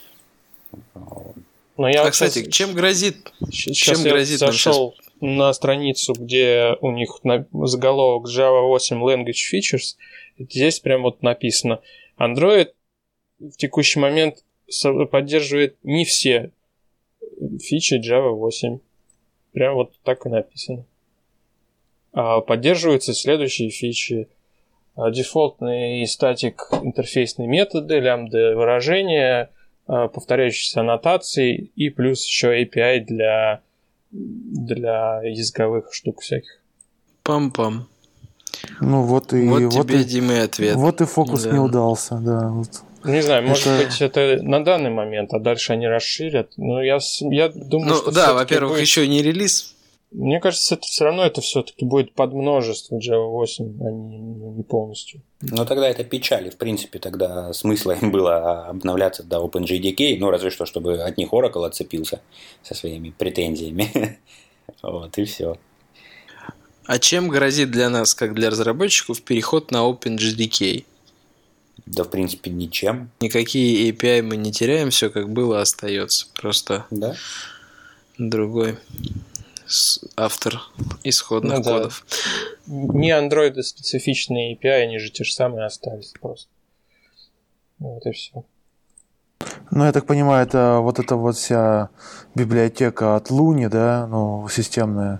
S1: Но я а, вот кстати, сейчас, чем грозит?
S4: Сейчас чем я грозит зашел на страницу, где у них на, заголовок Java восемь Language Features. Здесь прям вот написано: Android в текущий момент поддерживает не все фичи Java восемь. Прям вот так и написано. А поддерживаются следующие фичи: дефолтные и статик интерфейсные методы, лямбда выражения, повторяющиеся аннотации и плюс еще эй пи ай для, для языковых штук всяких.
S1: Пам-пам.
S2: Ну вот и
S1: вот,
S2: вот
S1: тебе,
S2: и,
S1: Дима, и ответ.
S2: Вот и фокус да. не удался, да. Вот.
S4: Не знаю, может это... быть, это на данный момент, а дальше они расширят. Но я, я думаю,
S1: ну,
S4: что
S1: да, во-первых,
S4: будет...
S1: еще не релиз.
S4: Мне кажется, это все равно это все-таки будет под множество Java восемь, а не, не полностью.
S3: Ну, тогда это печали. В принципе, тогда смысла им было обновляться до OpenJDK, ну, разве что, чтобы от них Oracle отцепился со своими претензиями. Вот, и все.
S1: А чем грозит для нас, как для разработчиков, переход на OpenJDK?
S3: Да, в принципе, ничем.
S1: Никакие эй пи ай мы не теряем, все как было остается. Просто
S3: да?
S1: другой автор исходных ну, кодов.
S4: Да. Не Android-специфичные эй пи ай, они же те же самые остались просто. Вот и все.
S2: Ну, я так понимаю, это вот эта вот вся библиотека от Луни, да, ну, системная,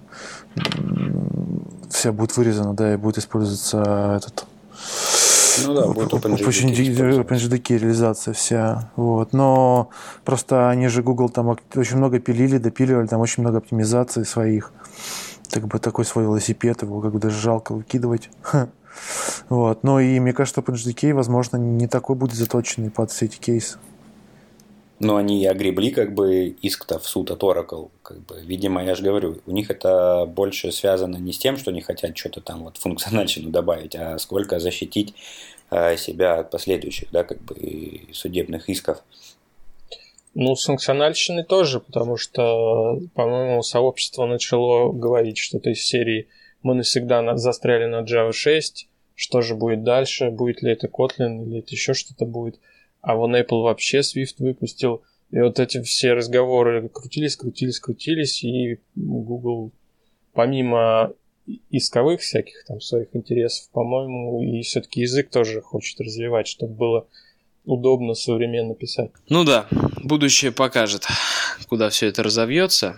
S2: вся будет вырезана, да, и будет использоваться этот...
S3: Ну да, будет
S2: OpenJDK реализация вся. Вот. Но просто они же Google там очень много пилили, допиливали, там очень много оптимизаций своих. Так бы такой свой велосипед, его как бы даже жалко выкидывать. Вот. Но и мне кажется, OpenJDK, возможно, не такой будет заточенный под все эти кейсы.
S3: Но они огребли как бы иск-то в суд от Oracle. Как бы, видимо, я же говорю, у них это больше связано не с тем, что они хотят что-то там вот функциональщину добавить, а сколько защитить э, себя от последующих, да, как бы судебных исков.
S4: Ну, с функциональщиной тоже, потому что, по-моему, сообщество начало говорить что-то из серии «Мы навсегда застряли на джава шесть, что же будет дальше, будет ли это Kotlin или это еще что-то будет». А вон Apple вообще Swift выпустил. И вот эти все разговоры крутились, крутились, крутились. И Google, помимо исковых всяких там своих интересов, по-моему, и все-таки язык тоже хочет развивать, чтобы было удобно современно писать.
S1: Ну да, будущее покажет, куда все это разовьется.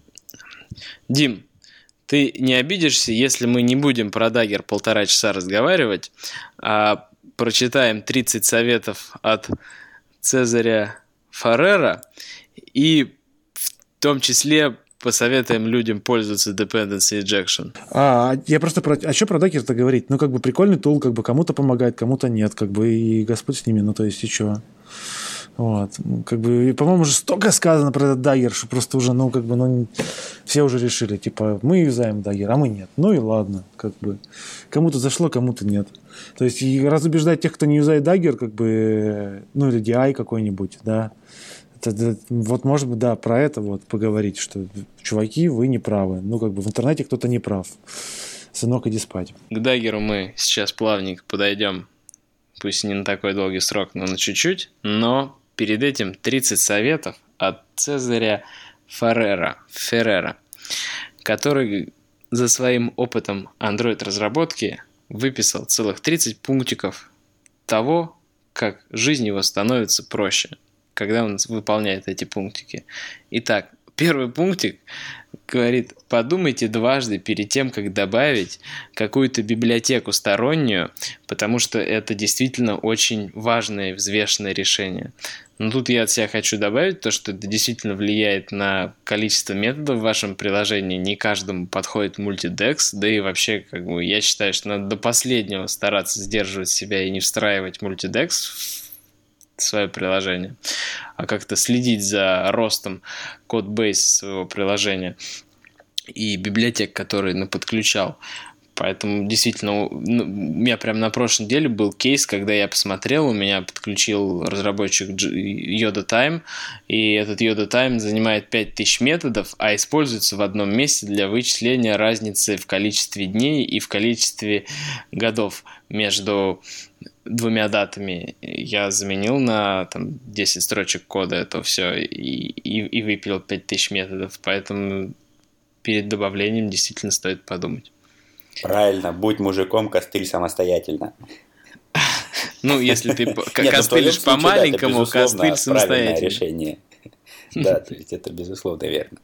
S1: Дим, ты не обидишься, если мы не будем про Dagger полтора часа разговаривать, а прочитаем тридцать советов от Цезаря Феррера и в том числе посоветуем людям пользоваться dependency injection.
S2: А, я просто про... А что про Dagger-то говорить? Ну, как бы прикольный тул, как бы кому-то помогает, кому-то нет, как бы и Господь с ними, ну, то есть и что? Вот. Как бы, и, по-моему, уже столько сказано про этот Dagger, что просто уже, ну, как бы, ну, все уже решили, типа, мы юзаем Dagger, а мы нет. Ну и ладно, как бы. Кому-то зашло, кому-то нет. То есть, и разубеждать тех, кто не юзает Dagger, как бы, ну, или ди ай какой-нибудь, да. Это, вот, может быть, да, про это вот поговорить, что, чуваки, вы не правы. Ну, как бы, в интернете кто-то не прав. Сынок, иди спать.
S1: К Dagger мы сейчас плавненько подойдем. Пусть не на такой долгий срок, но на чуть-чуть. Но перед этим тридцать советов от Цезаря Феррера, Феррера, который за своим опытом Android-разработки выписал целых тридцать пунктиков того, как жизнь его становится проще, когда он выполняет эти пунктики. Итак, первый пунктик говорит: подумайте дважды перед тем, как добавить какую-то библиотеку стороннюю, потому что это действительно очень важное и взвешенное решение. Но тут я от себя хочу добавить то, что это действительно влияет на количество методов в вашем приложении. Не каждому подходит мультидекс, да и вообще, как бы, я считаю, что надо до последнего стараться сдерживать себя и не встраивать мультидекс в свое приложение, а как-то следить за ростом кодбейса своего приложения и библиотек, которые наподключал. Поэтому действительно, у меня прямо на прошлой неделе был кейс, когда я посмотрел, у меня подключил разработчик Yoda Time, и этот Yoda Time занимает пять тысяч методов, а используется в одном месте для вычисления разницы в количестве дней и в количестве годов между двумя датами. Я заменил на там, десять строчек кода это все и, и, и выпилил пять тысяч методов, поэтому перед добавлением действительно стоит подумать.
S3: Правильно, будь мужиком, костыль самостоятельно.
S1: Ну, если ты костылишь по-маленькому, костыль самостоятельно.
S3: Решение. Да, то есть это безусловно верно.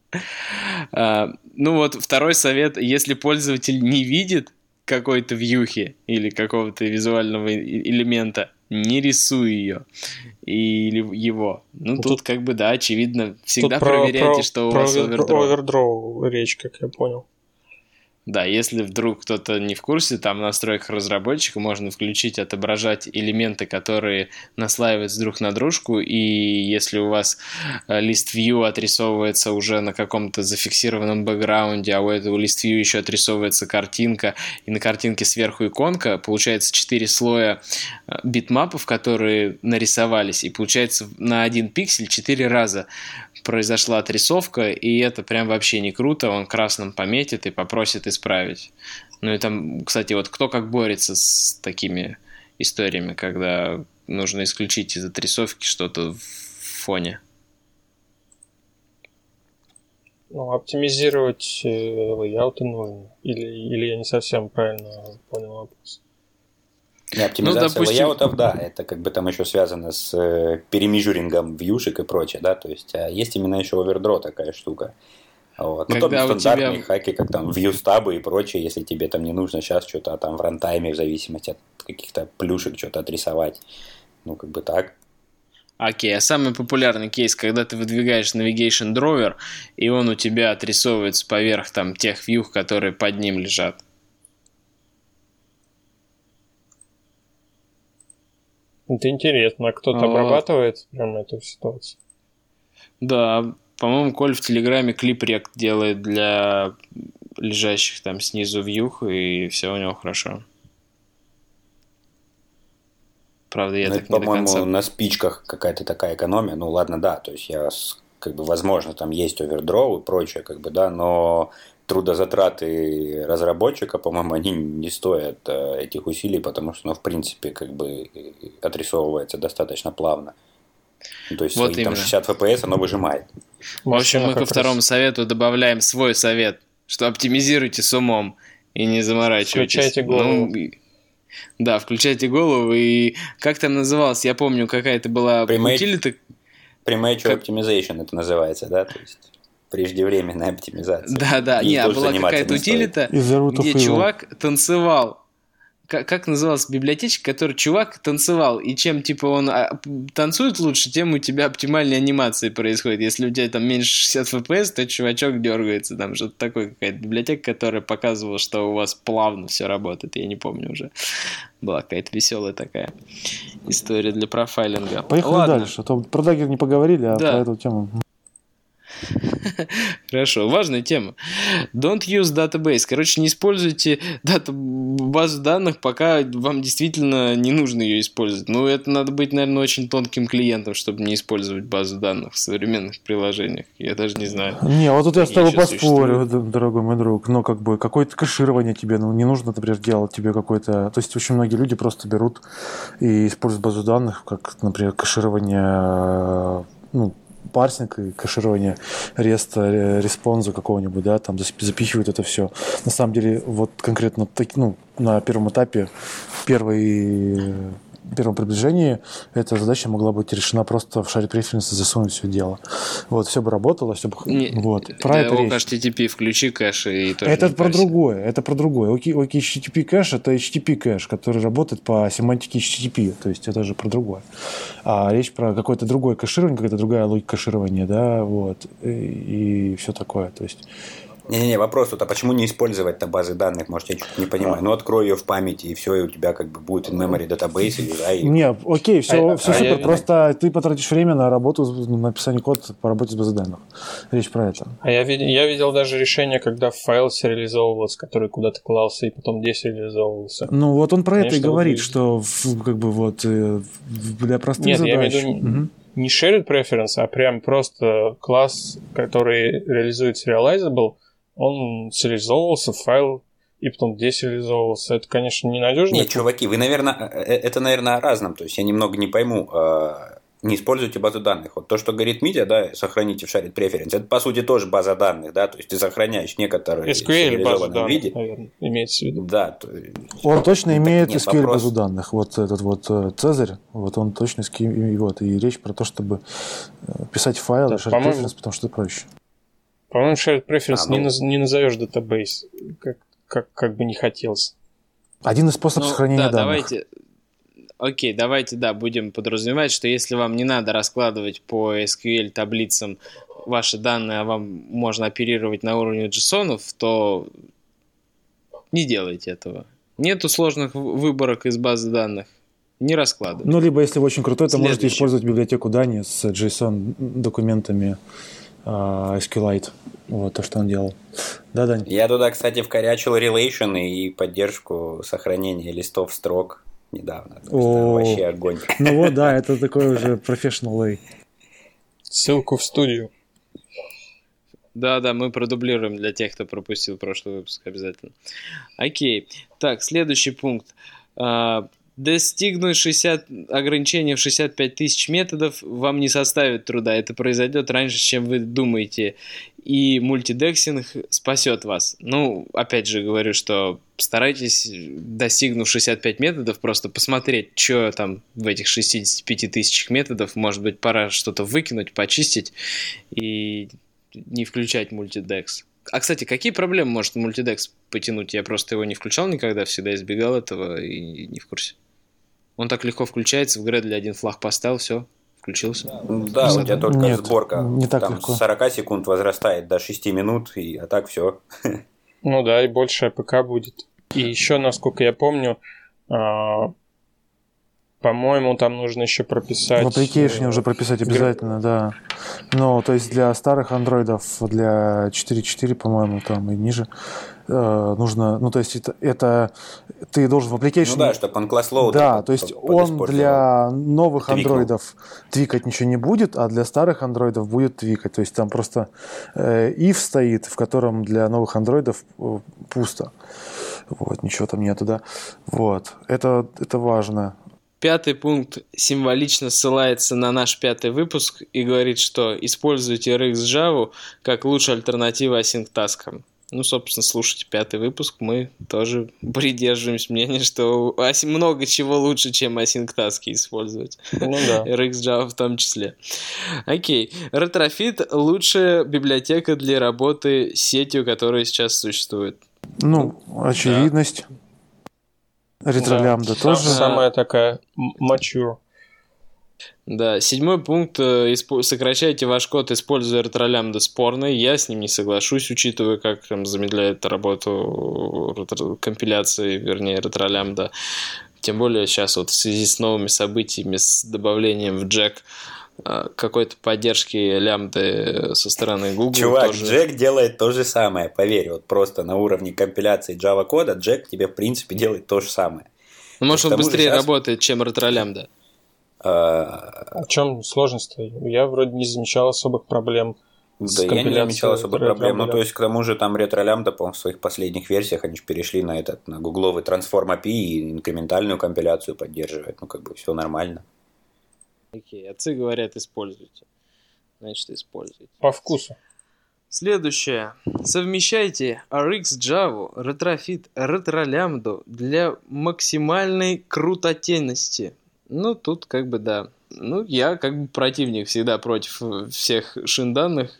S1: Ну вот, второй совет: если пользователь не видит какой-то вьюхи или какого-то визуального элемента, не рисуй ее или его. Ну, тут, тут как бы, да, очевидно, всегда проверяйте, про, что про, у вас овердроу.
S4: Про овердроу речь, как я понял.
S1: Да, если вдруг кто-то не в курсе, там в настройках разработчика можно включить отображать элементы, которые наслаиваются друг на дружку, и если у вас лист view отрисовывается уже на каком-то зафиксированном бэкграунде, а у этого лист view еще отрисовывается картинка, и на картинке сверху иконка, получается четыре слоя битмапов, которые нарисовались, и получается на один пиксель четыре раза произошла отрисовка, и это прям вообще не круто, он красным пометит и попросит исправить. Ну и там, кстати, вот кто как борется с такими историями, когда нужно исключить из отрисовки что-то в фоне?
S4: Ну, оптимизировать лейауты нужно. Или, или я не совсем правильно понял вопрос.
S3: Не, оптимизация ну, допустим... лейаутов, да, это как бы там еще связано с э, перемежурингом вьюшек и прочее, да, то есть а есть именно еще овердро такая штука. Вот. Ну, там стандартные тебя... хаки, как там вьюстабы и прочее, если тебе там не нужно сейчас что-то там в рантайме в зависимости от каких-то плюшек что-то отрисовать, ну, как бы так.
S1: Окей, okay. А самый популярный кейс, когда ты выдвигаешь Navigation Drawer, и он у тебя отрисовывается поверх там тех вьюх, которые под ним лежат.
S4: Это интересно, а кто-то а... обрабатывает прям эту ситуацию?
S1: Да, по-моему, Коль в Телеграме клип-рект делает для лежащих там снизу вьюх, и все у него хорошо. Правда, я ну, так
S3: это,
S1: не
S3: по-моему,
S1: до конца...
S3: на спичках какая-то такая экономия. Ну, ладно, да, то есть я, как бы, возможно, там есть овердроу и прочее, как бы, да, но трудозатраты разработчика, по-моему, они не стоят э, этих усилий, потому что, ну, в принципе, как бы отрисовывается достаточно плавно. Ну, то есть вот свои, там шестьдесят эф пи эс оно выжимает.
S1: В общем, мы ко второму совету добавляем свой совет, что оптимизируйте с умом и не заморачивайтесь.
S4: Включайте голову.
S1: Ну, да, включайте голову. И как там называлось? Я помню, какая-то была утилита.
S3: Premature как... Optimization это называется, да? То есть преждевременная оптимизация.
S1: Да, да. Не, а была какая-то утилита, где чувак танцевал. Как, как называлась библиотечка, который чувак танцевал, и чем типа он а, танцует лучше, тем у тебя оптимальные анимации происходят. Если у тебя там меньше шестьдесят эф пи эс, то чувачок дергается, там что-то такое, какая-то библиотека, которая показывала, что у вас плавно все работает, я не помню уже. Была какая-то веселая такая история для профайлинга.
S2: Поехали Ладно. дальше, а то про Dagger не поговорили, а да. про эту тему...
S1: Хорошо, важная тема. Don't use database. Короче, не используйте дату, базу данных, пока вам действительно не нужно ее использовать. Ну, это надо быть, наверное, очень тонким клиентом, чтобы не использовать базу данных в современных приложениях. Я даже не знаю.
S2: Не, вот тут я с тобой поспорю, существуют. Дорогой мой друг. Но как бы какое-то кэширование тебе, ну, не нужно, например, делать тебе какое-то... То есть очень многие люди просто берут и используют базу данных, как, например, кэширование, ну, парсинг и кэширование реста, респонза какого-нибудь, да, там запихивают это все. На самом деле, вот конкретно ну, на первом этапе, первой, первом приближении, эта задача могла быть решена просто в шаре преференса засунуть все дело. Вот, все бы работало, все бы...
S1: Не,
S2: вот.
S1: Про это речь. эйч ти ти пи включи кэш и тоже
S2: Это про другое, это про другое. У эйч ти ти пи кэш это эйч ти ти пи кэш, который работает по семантике эйч ти ти пи, то есть это же про другое. А речь про какое-то другое кэширование, какая-то другая логика кэширования, да, вот, и, и все такое, то есть...
S3: Не-не-не, вопрос тут, а почему не использовать-то базы данных? Может, я что-то не понимаю. Ну, открой ее в памяти, и все, и у тебя как бы будет in-memory database. Да, и...
S2: Не, окей, все, а, все а супер, я... просто ты потратишь время на работу, на написание кода по работе с базой данных. Речь про это.
S4: А я, вид... я видел даже решение, когда файл сериализовывался, который куда-то клался, и потом десериализовывался.
S2: Ну, вот он про Конечно, это и говорит, вы... что как бы вот для простых
S4: Нет,
S2: задач...
S4: я имею в виду... Угу. Не shared preference, а прям просто класс, который реализует serializable, он сериализовывался в файл и потом десериализовывался. Это, конечно, ненадежно.
S3: Нет, чуваки, вы, наверное, это, наверное, о разном. То есть я немного не пойму. Не используйте базу данных. Вот то, что говорит Митя, да, сохраните в shared preference, это, по сути, тоже база данных, да, то есть ты сохраняешь некоторые
S4: эс кью эль базу данных, виде. Наверное, имеется в виду.
S3: Да. То...
S2: Он точно ну, имеет эс кью эль базу данных. Вот этот вот Цезарь, вот он точно эс кью эль, вот, и речь про то, чтобы писать файлы, да, shared preference, потому что это проще.
S4: По-моему, shared preference а, ну... не, наз... не назовешь database, как, как, как бы не хотелось.
S2: Один из способов ну, сохранения
S1: да,
S2: данных.
S1: Давайте... Окей, давайте, да, будем подразумевать, что если вам не надо раскладывать по эс кью эль таблицам ваши данные, а вам можно оперировать на уровне джейсонов, то не делайте этого. Нету сложных выборок из базы данных. Не раскладывайте.
S2: Ну, либо, если вы очень крутой, то можете использовать библиотеку Dani с JSON-документами SQLite. Вот то, что он делал. Да, Дань?
S3: Я туда, кстати, вкорячил relation и поддержку сохранения листов строк недавно.
S2: О,
S3: вообще огонь.
S2: Ну вот, да, это такой уже professional way.
S4: Ссылку в студию.
S1: Да-да, мы продублируем для тех, кто пропустил прошлый выпуск обязательно. Окей. Так, следующий пункт. Достигнуть шестьдесят, ограничения в шестьдесят пять тысяч методов вам не составит труда. Это произойдет раньше, чем вы думаете. и мультидексинг спасет вас. Ну, опять же говорю, что старайтесь, достигнув шестьдесят пять методов, просто посмотреть, что там в этих шестидесяти пяти тысячах методов, может быть, пора что-то выкинуть, почистить и не включать мультидекс. А, кстати, какие проблемы может мультидекс потянуть? Я просто его не включал никогда, всегда избегал этого и не в курсе. Он так легко включается, в гредле один флаг поставил, все, включился.
S3: Да, у тебя только
S2: Нет,
S3: сборка
S2: не так
S3: там,
S2: легко.
S3: с сорока секунд возрастает до шести минут, и, а так все.
S4: Ну да, и больше АПК будет. И еще, насколько я помню, по-моему, там нужно еще прописать...
S2: В application уже прописать обязательно, да. Ну, то есть для старых андроидов, для четыре точка четыре, по-моему, там и ниже, э, нужно... Ну, то есть это, это ты должен в application...
S3: Ну да, чтобы он класс-лоуд...
S2: Да, то есть он для новых андроидов твикать ничего не будет, а для старых андроидов будет твикать. То есть там просто э, if стоит, в котором для новых андроидов э, пусто. Вот, ничего там нету, да. Вот, это, это важно.
S1: Пятый пункт символично ссылается на наш пятый выпуск и говорит, что используйте эр икс Java как лучшая альтернатива async-таскам. Ну, собственно, слушайте пятый выпуск, мы тоже придерживаемся мнения, что много чего лучше, чем async-таски использовать.
S4: Ну да.
S1: эр икс Java в том числе. Окей. Retrofit – лучшая библиотека для работы с сетью, которая сейчас существует.
S2: Ну, очевидность. Да. Ретролямбда да. тоже.
S4: Самая такая mature.
S1: Да, седьмой пункт. Сокращайте ваш код, используя ретролямбда спорный. Я с ним не соглашусь, учитывая, как там замедляет работу компиляции, вернее, ретролямбда. Тем более сейчас вот в связи с новыми событиями, с добавлением в джек какой-то поддержки лямбды со стороны Google.
S3: Чувак,
S1: тоже...
S3: Джек делает то же самое, поверь, вот просто на уровне компиляции Java кода Джек тебе в принципе делает то же самое.
S1: Ну, может, он быстрее сейчас... работает, чем ретролямбда.
S4: А в чем сложность-то? Я вроде не замечал особых проблем.
S3: Да, я не замечал особых проблем. Ну, то есть, к тому же, там ретролямбда, по-моему, в своих последних версиях они же перешли на этот, на гугловый трансформ эй пи ай и инкрементальную компиляцию поддерживает. Ну, как бы все нормально.
S1: Окей, отцы говорят, используйте. Значит, используйте.
S4: По вкусу.
S1: Следующее. Совмещайте эр икс Java, Retrofit, ретролямбду для максимальной крутотенности. Ну, тут как бы да. Ну, я как бы противник всегда против всех шин-данных.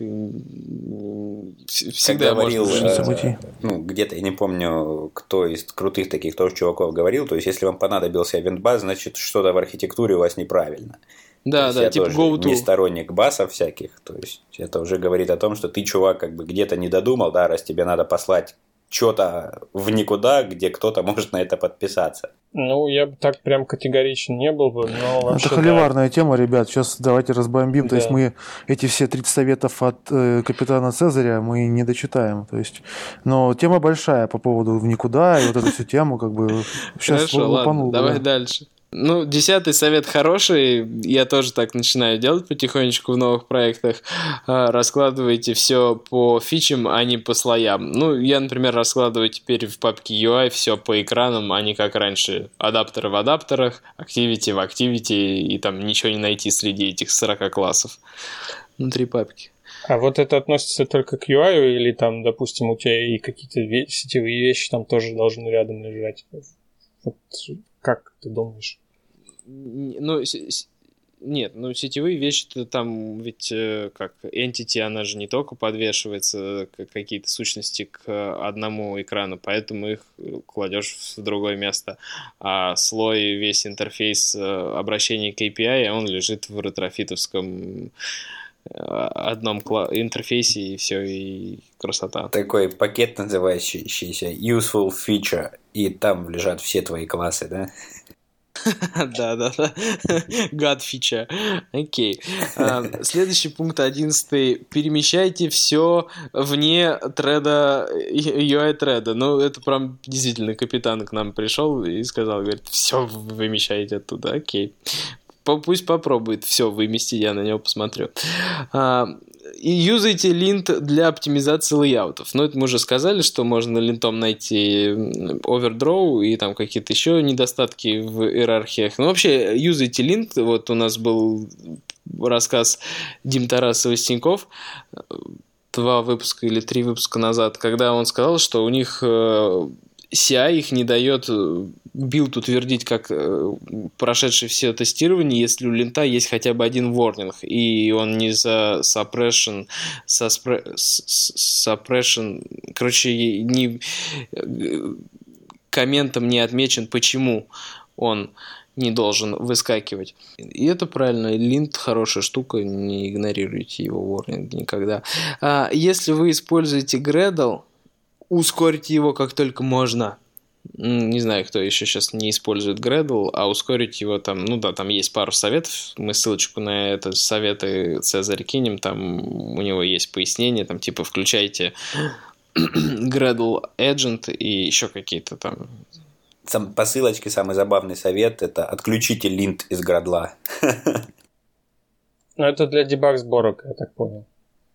S1: Всегда
S3: говорил, э, ну, где-то, я не помню, кто из крутых таких тоже чуваков говорил, то есть, если вам понадобился event-бас, значит, что-то в архитектуре у вас неправильно.
S1: Да, да,
S3: я
S1: типа
S3: тоже
S1: go-to.
S3: Не сторонник басов всяких, то есть, это уже говорит о том, что ты, чувак, как бы где-то не додумал, да, раз тебе надо послать что-то в никуда, где кто-то может на это подписаться.
S4: Ну, я бы так прям категорично не был бы, но вообще...
S2: Это холиварная да. тема, ребят, сейчас давайте разбомбим, да. То есть мы эти все тридцать советов от э, капитана Цезаря мы не дочитаем, то есть, но тема большая по поводу в никуда, и вот эту всю тему как бы сейчас
S1: Хорошо, ладно, давай дальше. Ну, десятый совет хороший, я тоже так начинаю делать потихонечку в новых проектах. Раскладывайте все по фичам, а не по слоям. Ну, я, например, раскладываю теперь в папке ю ай все по экранам, а не как раньше. Адаптеры в адаптерах, Activity в Activity, и там ничего не найти среди этих сорока классов внутри папки.
S4: А вот это относится только к ю ай, или там, допустим, у тебя и какие-то ве- сетевые вещи там тоже должны рядом лежать? Вот как ты думаешь?
S1: Ну, нет, ну сетевые вещи-то там ведь как Entity, она же не только подвешивается, как какие-то сущности к одному экрану, поэтому их кладешь в другое место. А слой, весь интерфейс обращения к эй пи ай, он лежит в ретрофитовском одном кла- интерфейсе, и все, и красота.
S3: Такой пакет, называющийся Useful Feature, и там лежат все твои классы, да?
S1: Да-да-да. God feature. Окей. Следующий пункт одиннадцатый. Перемещайте все вне треда, ю ай треда. Ну, это прям действительно капитан к нам пришел и сказал, говорит, все вымещайте оттуда. Окей. Пусть попробует все выместить, я на него посмотрю. И юзайте линт для оптимизации лейаутов. Ну, это мы уже сказали, что можно линтом найти овердроу и там какие-то еще недостатки в иерархиях. Ну, вообще, юзайте линт. Вот у нас был рассказ Дим Тарасов из Тинькофф. два выпуска или три выпуска назад, когда он сказал, что у них си ай их не дает билд утвердить как прошедший все тестирование, если у линта есть хотя бы один ворнинг, и он не за suppression, suppression, короче, не, комментом не отмечен, почему он не должен выскакивать. И это правильно. Линт хорошая штука, не игнорируйте его ворнинг никогда. А если вы используете Gradle, ускорьте его как только можно. Не знаю, кто еще сейчас не использует Gradle, а ускорить его там, ну да, там есть пару советов. Мы ссылочку на это советы Цезарь кинем, там у него есть пояснение, там типа включайте Gradle Agent и еще какие-то там.
S3: Сам, по ссылочке самый забавный совет – это отключите линт из Градла.
S4: Ну, это для дебаг сборок, я так понял.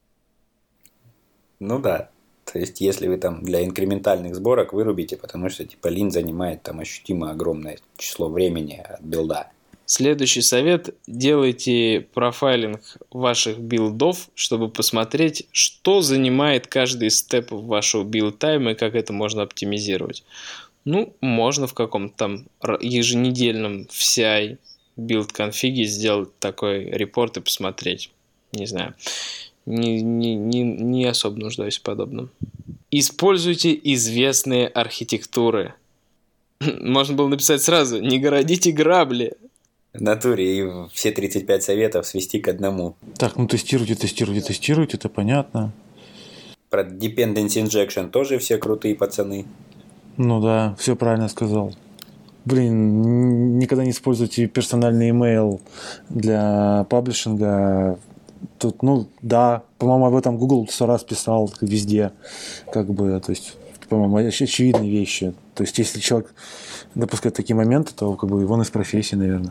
S3: Ну да. То есть, если вы там для инкрементальных сборок вырубите, потому что типа линт занимает там ощутимо огромное число времени от билда.
S1: Следующий совет – делайте профайлинг ваших билдов, чтобы посмотреть, что занимает каждый степ вашего билд-тайма и как это можно оптимизировать. Ну, можно в каком-то там еженедельном в си ай билд-конфиге сделать такой репорт и посмотреть. Не знаю. Не, не, не, не особо нуждаюсь в подобном. Используйте известные архитектуры. Можно было написать сразу: не городите грабли.
S3: В натуре, и все тридцать пять советов свести к одному.
S2: Так, ну тестируйте, тестируйте, тестируйте, это понятно.
S3: Про dependency injection тоже все крутые пацаны.
S2: Ну да, все правильно сказал. Блин, никогда не используйте персональный имейл для паблишинга. Тут, ну да, по-моему, об этом Google сто раз писал везде, как бы, то есть, по-моему, очевидные вещи. То есть, если человек допускает такие моменты, то как бы вон из профессии, наверное.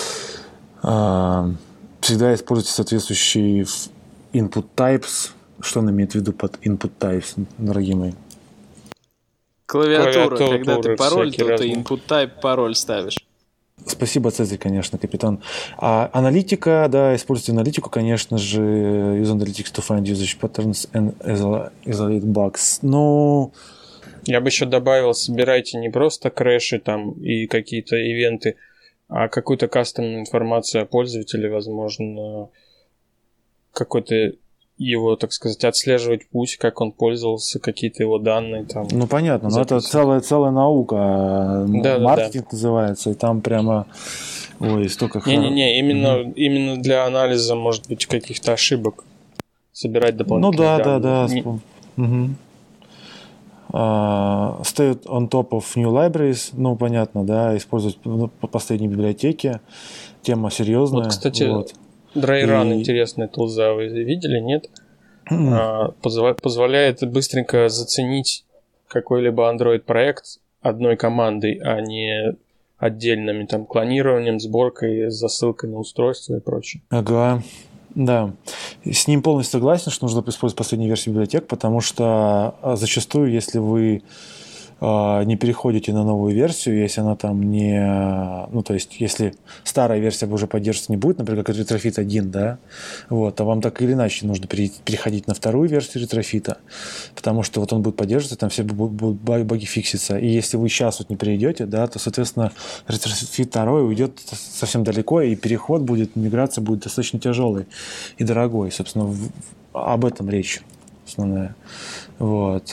S2: Всегда используйте соответствующие input types. Что он имеет в виду под input types, дорогие мои?
S1: Клавиатура, Клавиатура когда ты пароль, то разные. Ты input type пароль ставишь.
S2: Спасибо, Цезарь, конечно, капитан. А аналитика, да, используйте аналитику, конечно же, use analytics to find usage patterns and isolate bugs. Но...
S4: Я бы еще добавил, собирайте не просто крэши там и какие-то ивенты, а какую-то кастомную информацию о пользователе, возможно, какой-то его, так сказать, отслеживать путь, как он пользовался, какие-то его данные там.
S2: Ну, понятно, но это целая, целая наука.
S4: Да,
S2: маркетинг
S4: да, да.
S2: называется, и там прямо... Ой, столько...
S4: Не-не-не, именно, угу. именно для анализа, может быть, каких-то ошибок. Собирать дополнительные
S2: Ну, да,
S4: данные.
S2: да, да.
S4: Не...
S2: Угу. Uh, stay on top of new libraries, ну, понятно, да, использовать по последней библиотеке. Тема серьезная.
S4: Вот, кстати...
S1: Вот.
S4: Dry-Run
S2: и...
S4: интересная тулза, вы видели, нет? Mm. А, позва- позволяет быстренько заценить какой-либо Android-проект одной командой, а не отдельными там клонированием, сборкой, засылкой на устройство и прочее.
S2: Ага, да. С ним полностью согласен, что нужно использовать последнюю версию библиотек, потому что зачастую, если вы не переходите на новую версию, если она там не... Ну, то есть, если старая версия уже поддерживаться не будет, например, как Retrofit один, да, вот, то вам так или иначе нужно переходить на вторую версию Retrofit, потому что вот он будет поддерживаться, там все будут баги фикситься. И если вы сейчас вот не перейдете, да, то, соответственно, Retrofit два уйдет совсем далеко, и переход будет, миграция будет достаточно тяжелый и дорогой. Собственно, в, об этом речь основная. Вот.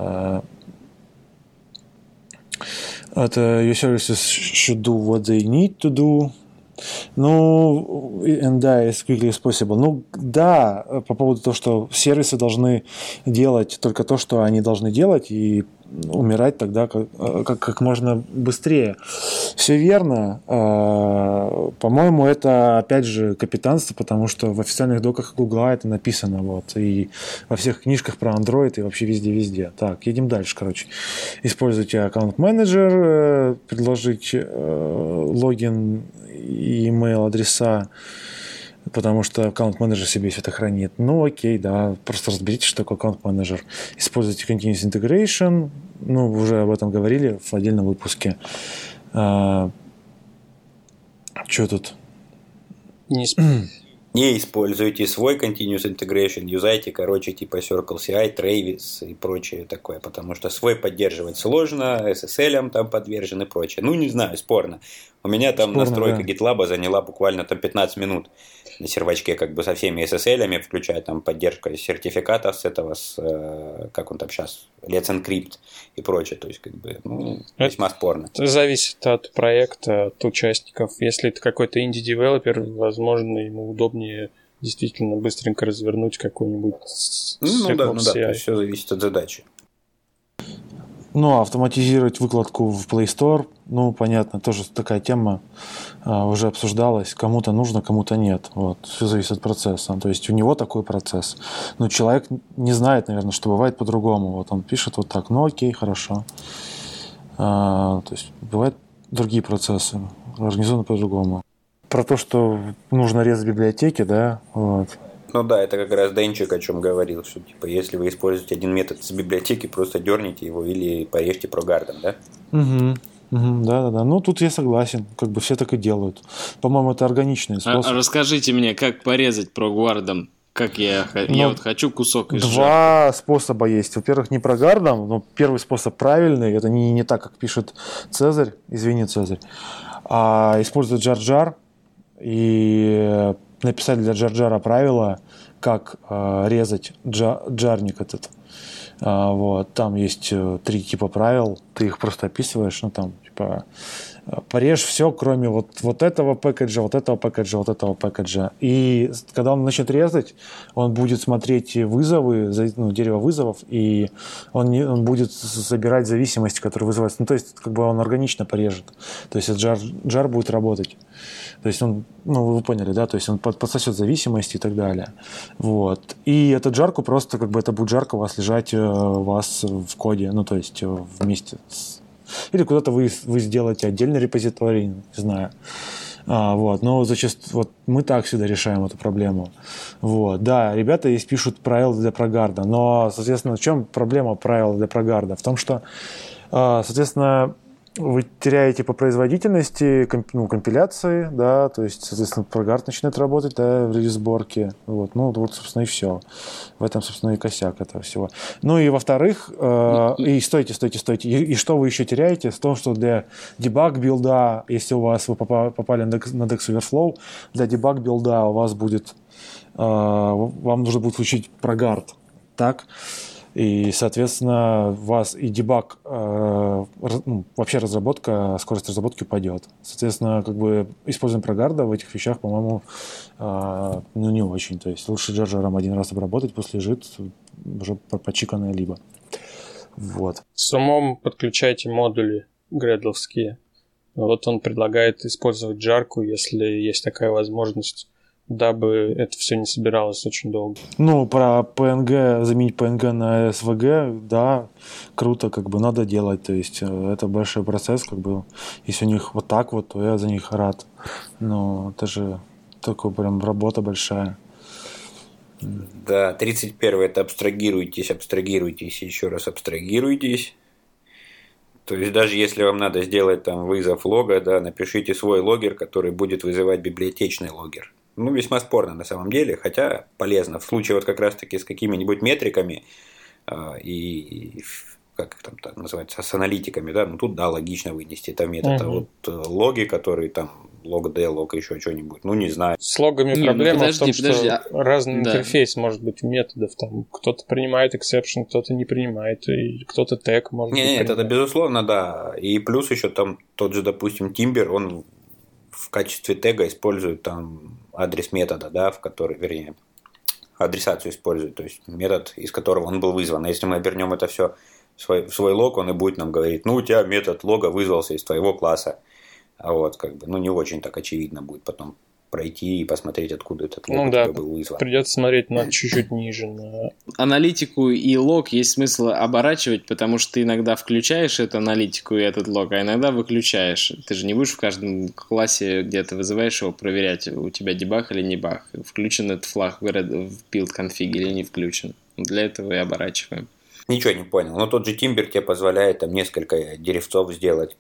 S2: Это your services should do what they need to do. Ну, and да, as quickly as possible. Ну, да, по поводу того, что сервисы должны делать только то, что они должны делать, и умирать тогда как, как, как можно быстрее. Все верно. По-моему, это, опять же, капитанство, потому что в официальных доках Google это написано, вот, и во всех книжках про Android, и вообще везде-везде. Так, едем дальше, короче. Используйте аккаунт-менеджер, предложить логин и email адреса, потому что аккаунт-менеджер себе все это хранит. Ну, окей, да, просто разберитесь, что такое аккаунт-менеджер. Используйте Continuous Integration, ну, уже об этом говорили в отдельном выпуске. А, что тут?
S4: Не,
S3: Не используйте свой Continuous Integration, юзайте, короче, типа Circle си ай, Travis и прочее такое, потому что свой поддерживать сложно, эс эс эл там подвержен и прочее. Ну, не знаю, спорно. У меня там спорно, настройка да. GitLab заняла буквально там пятнадцать минут на сервачке, как бы со всеми эс эс эл-ами, включая там поддержку сертификатов с этого, с, как он там сейчас, Let's Encrypt и прочее, то есть, как бы, ну, весьма это спорно.
S4: Это зависит от проекта, от участников. Если это какой-то инди-девелопер, возможно, ему удобнее действительно быстренько развернуть какой-нибудь
S3: ну, ну да, ну да, то есть все зависит от задачи.
S2: Ну, автоматизировать выкладку в Play Store, ну, понятно, тоже такая тема а, уже обсуждалась. Кому-то нужно, кому-то нет. Вот. Все зависит от процесса. То есть у него такой процесс. Но человек не знает, наверное, что бывает по-другому. Вот он пишет вот так, ну окей, хорошо. А, то есть бывают другие процессы, организованы по-другому. Про то, что нужно резать библиотеки, да, вот.
S3: Ну да, это как раз Денчик о чем говорил, что типа если вы используете один метод из библиотеки, просто дерните его или порежьте прогардом, да?
S2: Угу. Угу, да-да-да. Ну, тут я согласен. Как бы все так и делают. По-моему, это органичный способ.
S1: А, расскажите мне, как порезать прогардом? Как я, ну, я вот хочу кусок из
S2: Два
S1: жарки.
S2: способа есть. Во-первых, не прогардом, но первый способ правильный. Это не, не так, как пишет Цезарь, извини, Цезарь, а использовать джар-джар и написать для джар-джара правила, как э, резать джа- джарник этот. А, вот, там есть э, три типа правил, ты их просто описываешь, ну там, типа, порежь все, кроме вот, вот этого пэкэджа, вот этого пэкэджа, вот этого пэкэджа. И когда он начнет резать, он будет смотреть вызовы, ну, дерево вызовов, и он, не, он будет забирать зависимости, которые вызываются. Ну, то есть, как бы он органично порежет. То есть, джар, джар будет работать. То есть, он, ну, вы поняли, да? То есть, он подсосет зависимости и так далее. Вот. И эту джарку просто, как бы, это будет жарко у вас лежать у вас в коде, ну, то есть, вместе с... Или куда-то вы, вы сделаете отдельный репозиторий, не знаю. А, вот. Но зачастую вот, мы так всегда решаем эту проблему. Вот. Да, ребята есть пишут правила для прогарда, но, соответственно, в чем проблема правил для прогарда? В том, что, соответственно, вы теряете по производительности комп, ну, компиляции, да, то есть, соответственно, прогард начинает работать, да, в релиз-сборке. Вот. Ну, вот, собственно, и все. В этом, собственно, и косяк этого всего. Ну и, во-вторых, э, и стойте, стойте, стойте. И, и что вы еще теряете? В том, что для дебаг-билда, если у вас вы попали на Dex Overflow, для дебаг-билда у вас будет, э, вам нужно будет включить прогард, так? И, соответственно, у вас и дебаг, э, ну, вообще разработка, скорость разработки упадет. Соответственно, как бы используем прогарда в этих вещах, по-моему, э, ну, не очень. То есть лучше джарджаром один раз обработать, пусть лежит уже почиканное либо. Вот.
S4: С умом подключайте модули гредловские. Вот он предлагает использовать джарку, если есть такая возможность, дабы это все не собиралось очень долго.
S2: Ну, про пи эн джи, заменить пи эн джи на эс ви джи, да, круто, как бы надо делать, то есть это большой процесс, как бы, если у них вот так вот, то я за них рад, но это же такая прям работа большая.
S3: Да, тридцать первое это абстрагируйтесь, абстрагируйтесь, еще раз абстрагируйтесь. То есть даже если вам надо сделать там вызов лога, да, напишите свой логер, который будет вызывать библиотечный логер. Ну, весьма спорно на самом деле, хотя полезно. В случае вот как раз-таки с какими-нибудь метриками э, и, как их там так называется, с аналитиками, да, ну тут, да, логично вынести это метод. Uh-huh. А вот э, логи, которые там, лог-d, лог еще что-нибудь, ну, не знаю.
S4: С логами не, проблема ну, подожди, в том, подожди, что а... разный да. интерфейс может быть у методов. Там кто-то принимает exception, кто-то не принимает, и кто-то тег может
S3: не,
S4: быть
S3: Нет, это безусловно, да. И плюс еще там тот же, допустим, Timber, он в качестве тега использует там адрес метода, да, в который, вернее, адресацию использует, то есть метод, из которого он был вызван. А если мы обернем это все в свой, в свой лог, он и будет нам говорить, ну, у тебя метод лога вызвался из твоего класса. А вот, как бы, ну, не очень так очевидно будет потом пройти и посмотреть, откуда этот лог
S4: ну,
S3: у
S4: да,
S3: тебя был вызван.
S4: Придется смотреть на чуть-чуть ниже. На...
S1: Аналитику и лог есть смысл оборачивать, потому что ты иногда включаешь эту аналитику и этот лог, а иногда выключаешь. Ты же не будешь в каждом классе, где ты вызываешь его, проверять, у тебя дебаг или не баг. Включен этот флаг в build config или не включен. Для этого и оборачиваем.
S3: Ничего не понял. Но тот же Timber тебе позволяет там несколько деревцов сделать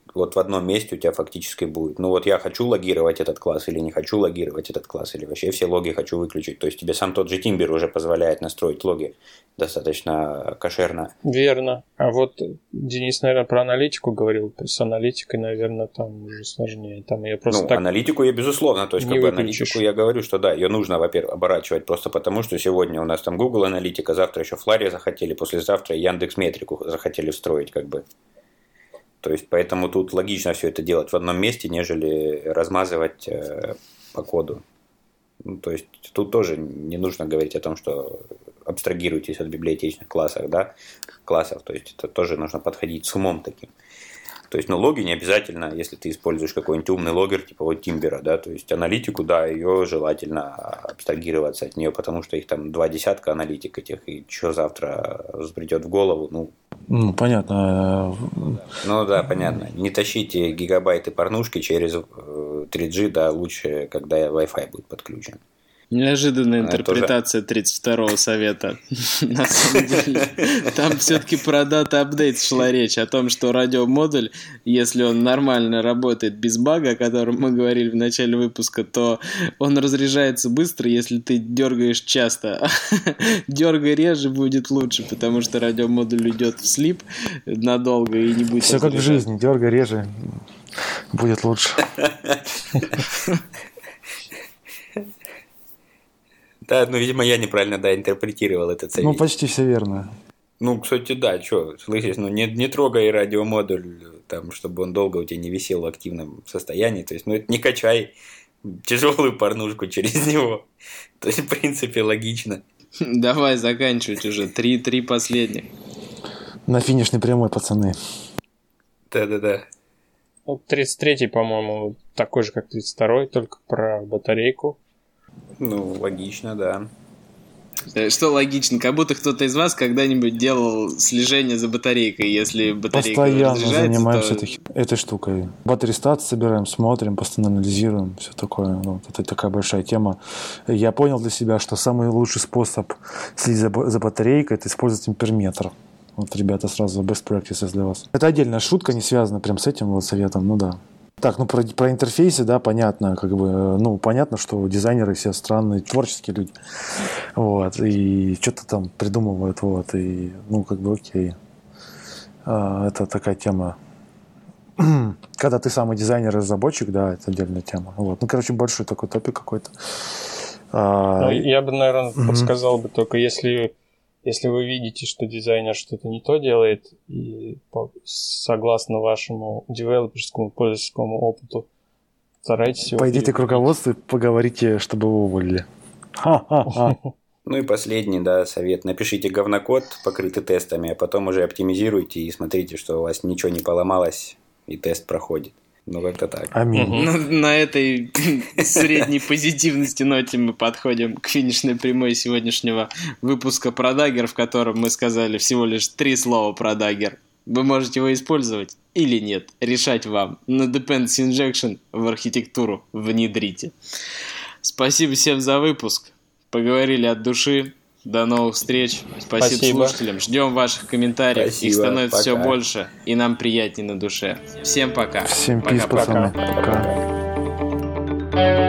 S3: вот в одном месте у тебя фактически будет. Ну вот я хочу логировать этот класс или не хочу логировать этот класс, или вообще все логи хочу выключить. То есть тебе сам тот же Timber уже позволяет настроить логи достаточно кошерно.
S4: Верно. А вот Денис, наверное, про аналитику говорил. С аналитикой, наверное, там уже сложнее. Там я просто
S3: ну,
S4: так
S3: аналитику я, безусловно, то есть как бы аналитику я говорю, что да, ее нужно, во-первых, оборачивать просто потому, что сегодня у нас там Google аналитика, завтра еще Флари захотели, послезавтра Яндекс Метрику захотели встроить как бы. То есть, поэтому тут логично все это делать в одном месте, нежели размазывать э, по коду. Ну, то есть, тут тоже не нужно говорить о том, что абстрагируйтесь от библиотечных классов, да, классов. То есть, это тоже нужно подходить с умом таким. То есть, ну, логи не обязательно, если ты используешь какой-нибудь умный логер, типа вот Тимбера, да, то есть, аналитику, да, ее желательно абстрагироваться от нее, потому что их там два десятка аналитик этих, и что завтра взбредет в голову, ну...
S2: Ну, понятно.
S3: Ну, да, понятно. Не тащите гигабайты порнушки через три джи, да, лучше, когда Wi-Fi будет подключен.
S1: Неожиданная интерпретация тридцать второго совета. На самом деле, там все-таки про дата апдейт шла речь о том, что радиомодуль, если он нормально работает без бага, о котором мы говорили в начале выпуска, то он разряжается быстро, если ты дергаешь часто. Дергай реже будет лучше, потому что радиомодуль идет в слип надолго и не будет.
S2: Все как в жизни, дергай реже будет лучше.
S3: Да, ну, видимо, я неправильно, да, интерпретировал этот совет.
S2: Ну, почти все верно.
S3: Ну, кстати, да, что, слышишь, ну, не, не трогай радиомодуль, там, чтобы он долго у тебя не висел в активном состоянии, то есть, ну, это не качай тяжелую порнушку через него, то есть, в принципе, логично.
S1: Давай заканчивать уже, три, три последних.
S2: На финишной прямой, пацаны.
S3: Да-да-да.
S4: тридцать третий, по-моему, такой же, как тридцать второй, только про батарейку.
S3: Ну, логично, да.
S1: Что логично? Как будто кто-то из вас когда-нибудь делал слежение за батарейкой, если батарейка
S2: постоянно
S1: разряжается,
S2: занимаемся
S1: то...
S2: этой, этой штукой. Battery stats собираем, смотрим, постоянно анализируем, все такое. Вот, это такая большая тема. Я понял для себя, что самый лучший способ следить за, за батарейкой – это использовать амперметр. Вот, ребята, сразу best practices для вас. Это отдельная шутка, не связана прям с этим вот советом, ну да. Так, ну про, про интерфейсы, да, понятно, как бы, ну, понятно, что дизайнеры все странные, творческие люди, вот, и что-то там придумывают, вот, и, ну, как бы, окей, а, это такая тема, когда ты самый дизайнер и разработчик, да, это отдельная тема, вот, ну, короче, большой такой топик какой-то. А,
S4: ну, я бы, наверное, mm-hmm. подсказал бы только, если... Если вы видите, что дизайнер что-то не то делает, и по, согласно вашему девелоперскому, пользовательскому опыту, старайтесь его...
S2: Пойдите к руководству и поговорите, чтобы его уволили. Ха-ха-ха.
S3: Ну и последний, да, совет. Напишите говнокод, покрытый тестами, а потом уже оптимизируйте и смотрите, что у вас ничего не поломалось, и тест проходит. Ну, как-то так.
S2: Аминь.
S1: На, на этой средней позитивности ноте мы подходим к финишной прямой сегодняшнего выпуска про Dagger, в котором мы сказали всего лишь три слова про Dagger. Вы можете его использовать или нет. Решать вам. На Dependency Injection в архитектуру внедрите. Спасибо всем за выпуск. Поговорили от души. До новых встреч. Спасибо, Спасибо. слушателям. Ждем ваших комментариев. Спасибо. Их становится пока. Все больше, и нам приятнее на душе. Всем пока.
S2: Всем пиз, пацаны. Пока.